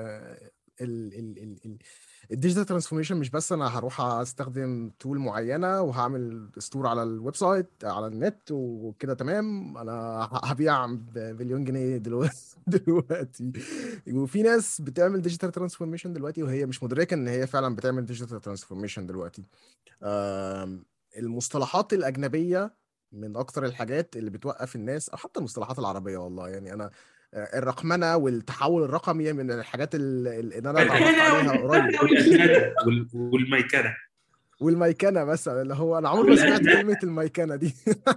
الديجيتال ترانسفورميشن مش بس انا هروح استخدم تول معينه وهعمل ستور على الويب سايت على النت وكده تمام، انا هبيع بمليون جنيه دلوقتي. وفي ناس بتعمل ديجيتال ترانسفورميشن دلوقتي وهي مش مدركه ان هي فعلا بتعمل ديجيتال ترانسفورميشن دلوقتي. المصطلحات الأجنبية من أكتر الحاجات اللي بتوقف الناس، أو حتى المصطلحات العربية. والله يعني أنا الرقمنة والتحول الرقمي من الحاجات اللي أنا اتعرفت عليها قريب. والميكنه والميكنة مثلا، اللي هو أنا عمري ما سمعت كلمة الميكنة دي.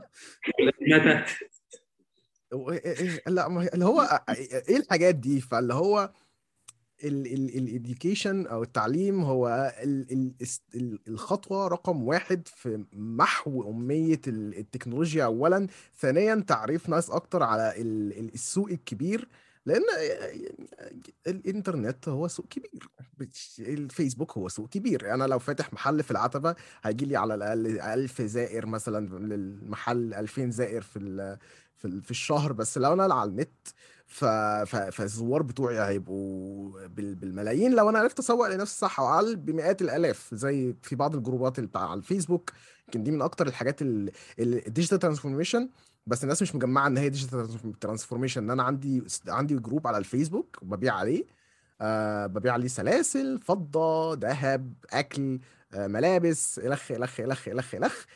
لا، اللي هو إيه الحاجات دي؟ فاللي هو الإديوكيشن او التعليم هو الخطوه رقم واحد في محو اميه التكنولوجيا اولا. ثانيا تعريف ناس اكتر على السوق الكبير، لان الانترنت هو سوق كبير. الفيسبوك هو سوق كبير. انا لو فاتح محل في العتبه هيجي لي على الاقل 1000 زائر مثلا للمحل، 2000 زائر في الشهر. بس لو انا على النت فالزوار بتوعي هيبقوا بالملايين لو انا عرفت اسوق لنفسي صح، وعلى بمئات الالاف زي في بعض الجروبات اللي بتاع على الفيسبوك. يمكن دي من اكتر الحاجات الديجيتال ترانسفورميشن. بس الناس مش مجمعه ان هي ديجيتال ترانسفورميشن. ان انا عندي جروب على الفيسبوك وببيع عليه. ببيع عليه سلاسل فضه، ذهب، اكل، ملابس، الخ الخ الخ الخ الخ.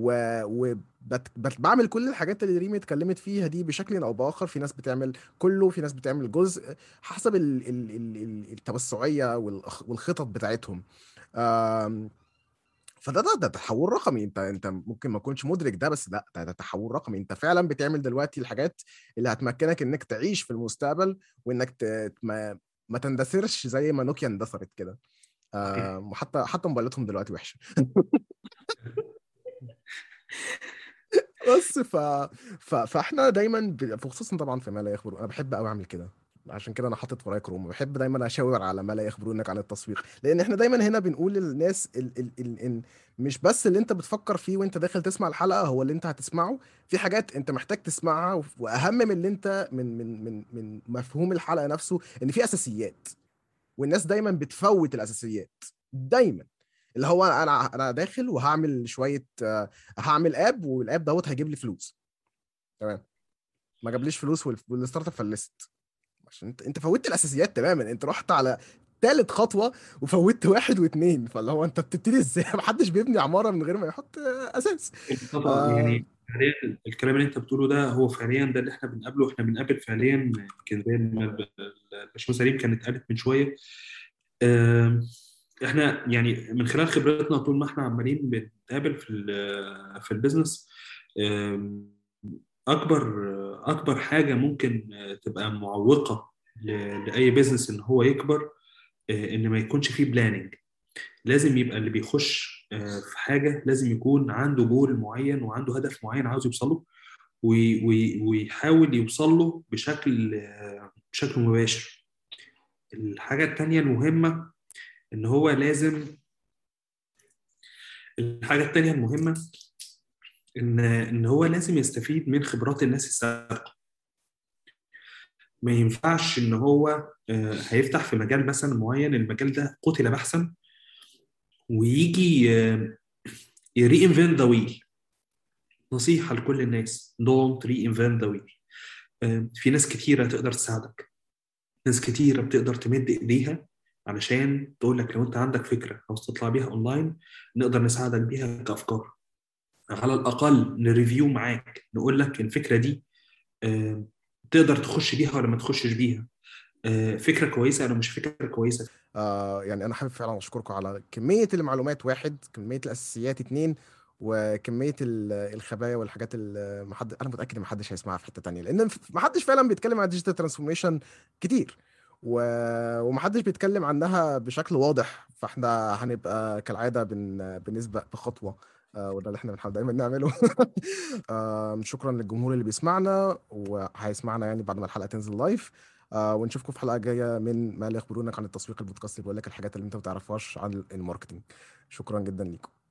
وبعمل كل الحاجات اللي ريمي اتكلمت فيها دي بشكل او باخر. في ناس بتعمل كله، في ناس بتعمل جزء حسب التوسعيه والخطط بتاعتهم. آم، فده تحول رقمي. انت ممكن ما تكونش مدرك ده، بس ده تحول رقمي. انت فعلا بتعمل دلوقتي الحاجات اللي هتمكنك انك تعيش في المستقبل، وانك ما تندثرش زي ما نوكيا اندثرت كده. وحتى موبايلاتهم دلوقتي وحشه. بس فاحنا دايما خصوصا طبعا في ما لا يخبر. انا بحب قوي اعمل كده، عشان كده انا حاطط ورايا كروم. بحب دايما اشاور على ما لا يخبرونك عن التسويق، لان احنا دايما هنا بنقول للناس إن مش بس اللي انت بتفكر فيه وانت داخل تسمع الحلقه هو اللي انت هتسمعه. في حاجات انت محتاج تسمعها، واهم من اللي انت من مفهوم الحلقه نفسه، ان في اساسيات. والناس دايما بتفوت الاساسيات دايما. اللي هو انا داخل وهعمل شويه، هعمل اب، والاب دوت هيجيب لي فلوس. تمام. ما جابليش فلوس والستارت اب فلست، عشان انت فوتت الاساسيات تماما. انت رحت على ثالث خطوه وفوتت واحد واثنين. فاللي هو انت بتبتدي ازاي؟ محدش بيبني عماره من غير ما يحط اساس. طبعا يعني فعليا الكلام اللي انت بتقوله ده هو فعليا ده اللي احنا بنقابله. احنا بنقابل فعليا يمكن زي ما الباشمهندس سليم كانت قالت من شويه. احنا يعني من خلال خبرتنا طول ما احنا عمالين بنتقابل في البيزنس، اكبر حاجه ممكن تبقى معوقه لاي بيزنس ان هو يكبر، ان ما يكونش فيه بلاننج. لازم يبقى اللي بيخش في حاجه لازم يكون عنده جول معين وعنده هدف معين عاوز يوصله، ويحاول يوصل له بشكل مباشر. الحاجة التانية المهمة إن هو لازم الحاجة التانية المهمة إن هو لازم يستفيد من خبرات الناس السابقة. ما ينفعش إن هو هيفتح في مجال مثلا معين، المجال ده قتل بحثا، ويجي يري انفنت ذا ويل. نصيحة لكل الناس: don't reinvent the wheel. في ناس كتيرة تقدر تساعدك، ناس كتيرة بتقدر تمد إيديها علشان تقول لك لو أنت عندك فكرة عاوز تطلع بيها أونلاين نقدر نساعدك بيها كأفكار. على الأقل نريفيو معاك، نقول لك الفكرة دي تقدر تخش بيها ولا ما تخشش بيها، فكرة كويسة ولا مش فكرة كويسة. يعني انا حابب فعلا اشكركم على كميه المعلومات، واحد، كميه الاساسيات، اتنين، وكميه الخبايا والحاجات اللي انا متاكد ان محدش هيسمعها في حته تانية، لان محدش فعلا بيتكلم عن ديجيتال ترانسفورميشن كتير، ومحدش بيتكلم عنها بشكل واضح. فاحنا هنبقى كالعاده بنسبق بخطوه، وده اللي احنا بنحاول دايما نعمله. شكرا للجمهور اللي بيسمعنا وهيسمعنا يعني بعد ما الحلقه تنزل لايف. ونشوفكم في حلقة جاية من ما لا يخبرونك عن التسويق، البودكاست اللي بيقول لك الحاجات اللي انت ما تعرفهاش عن الماركتينج. شكرا جدا ليكم.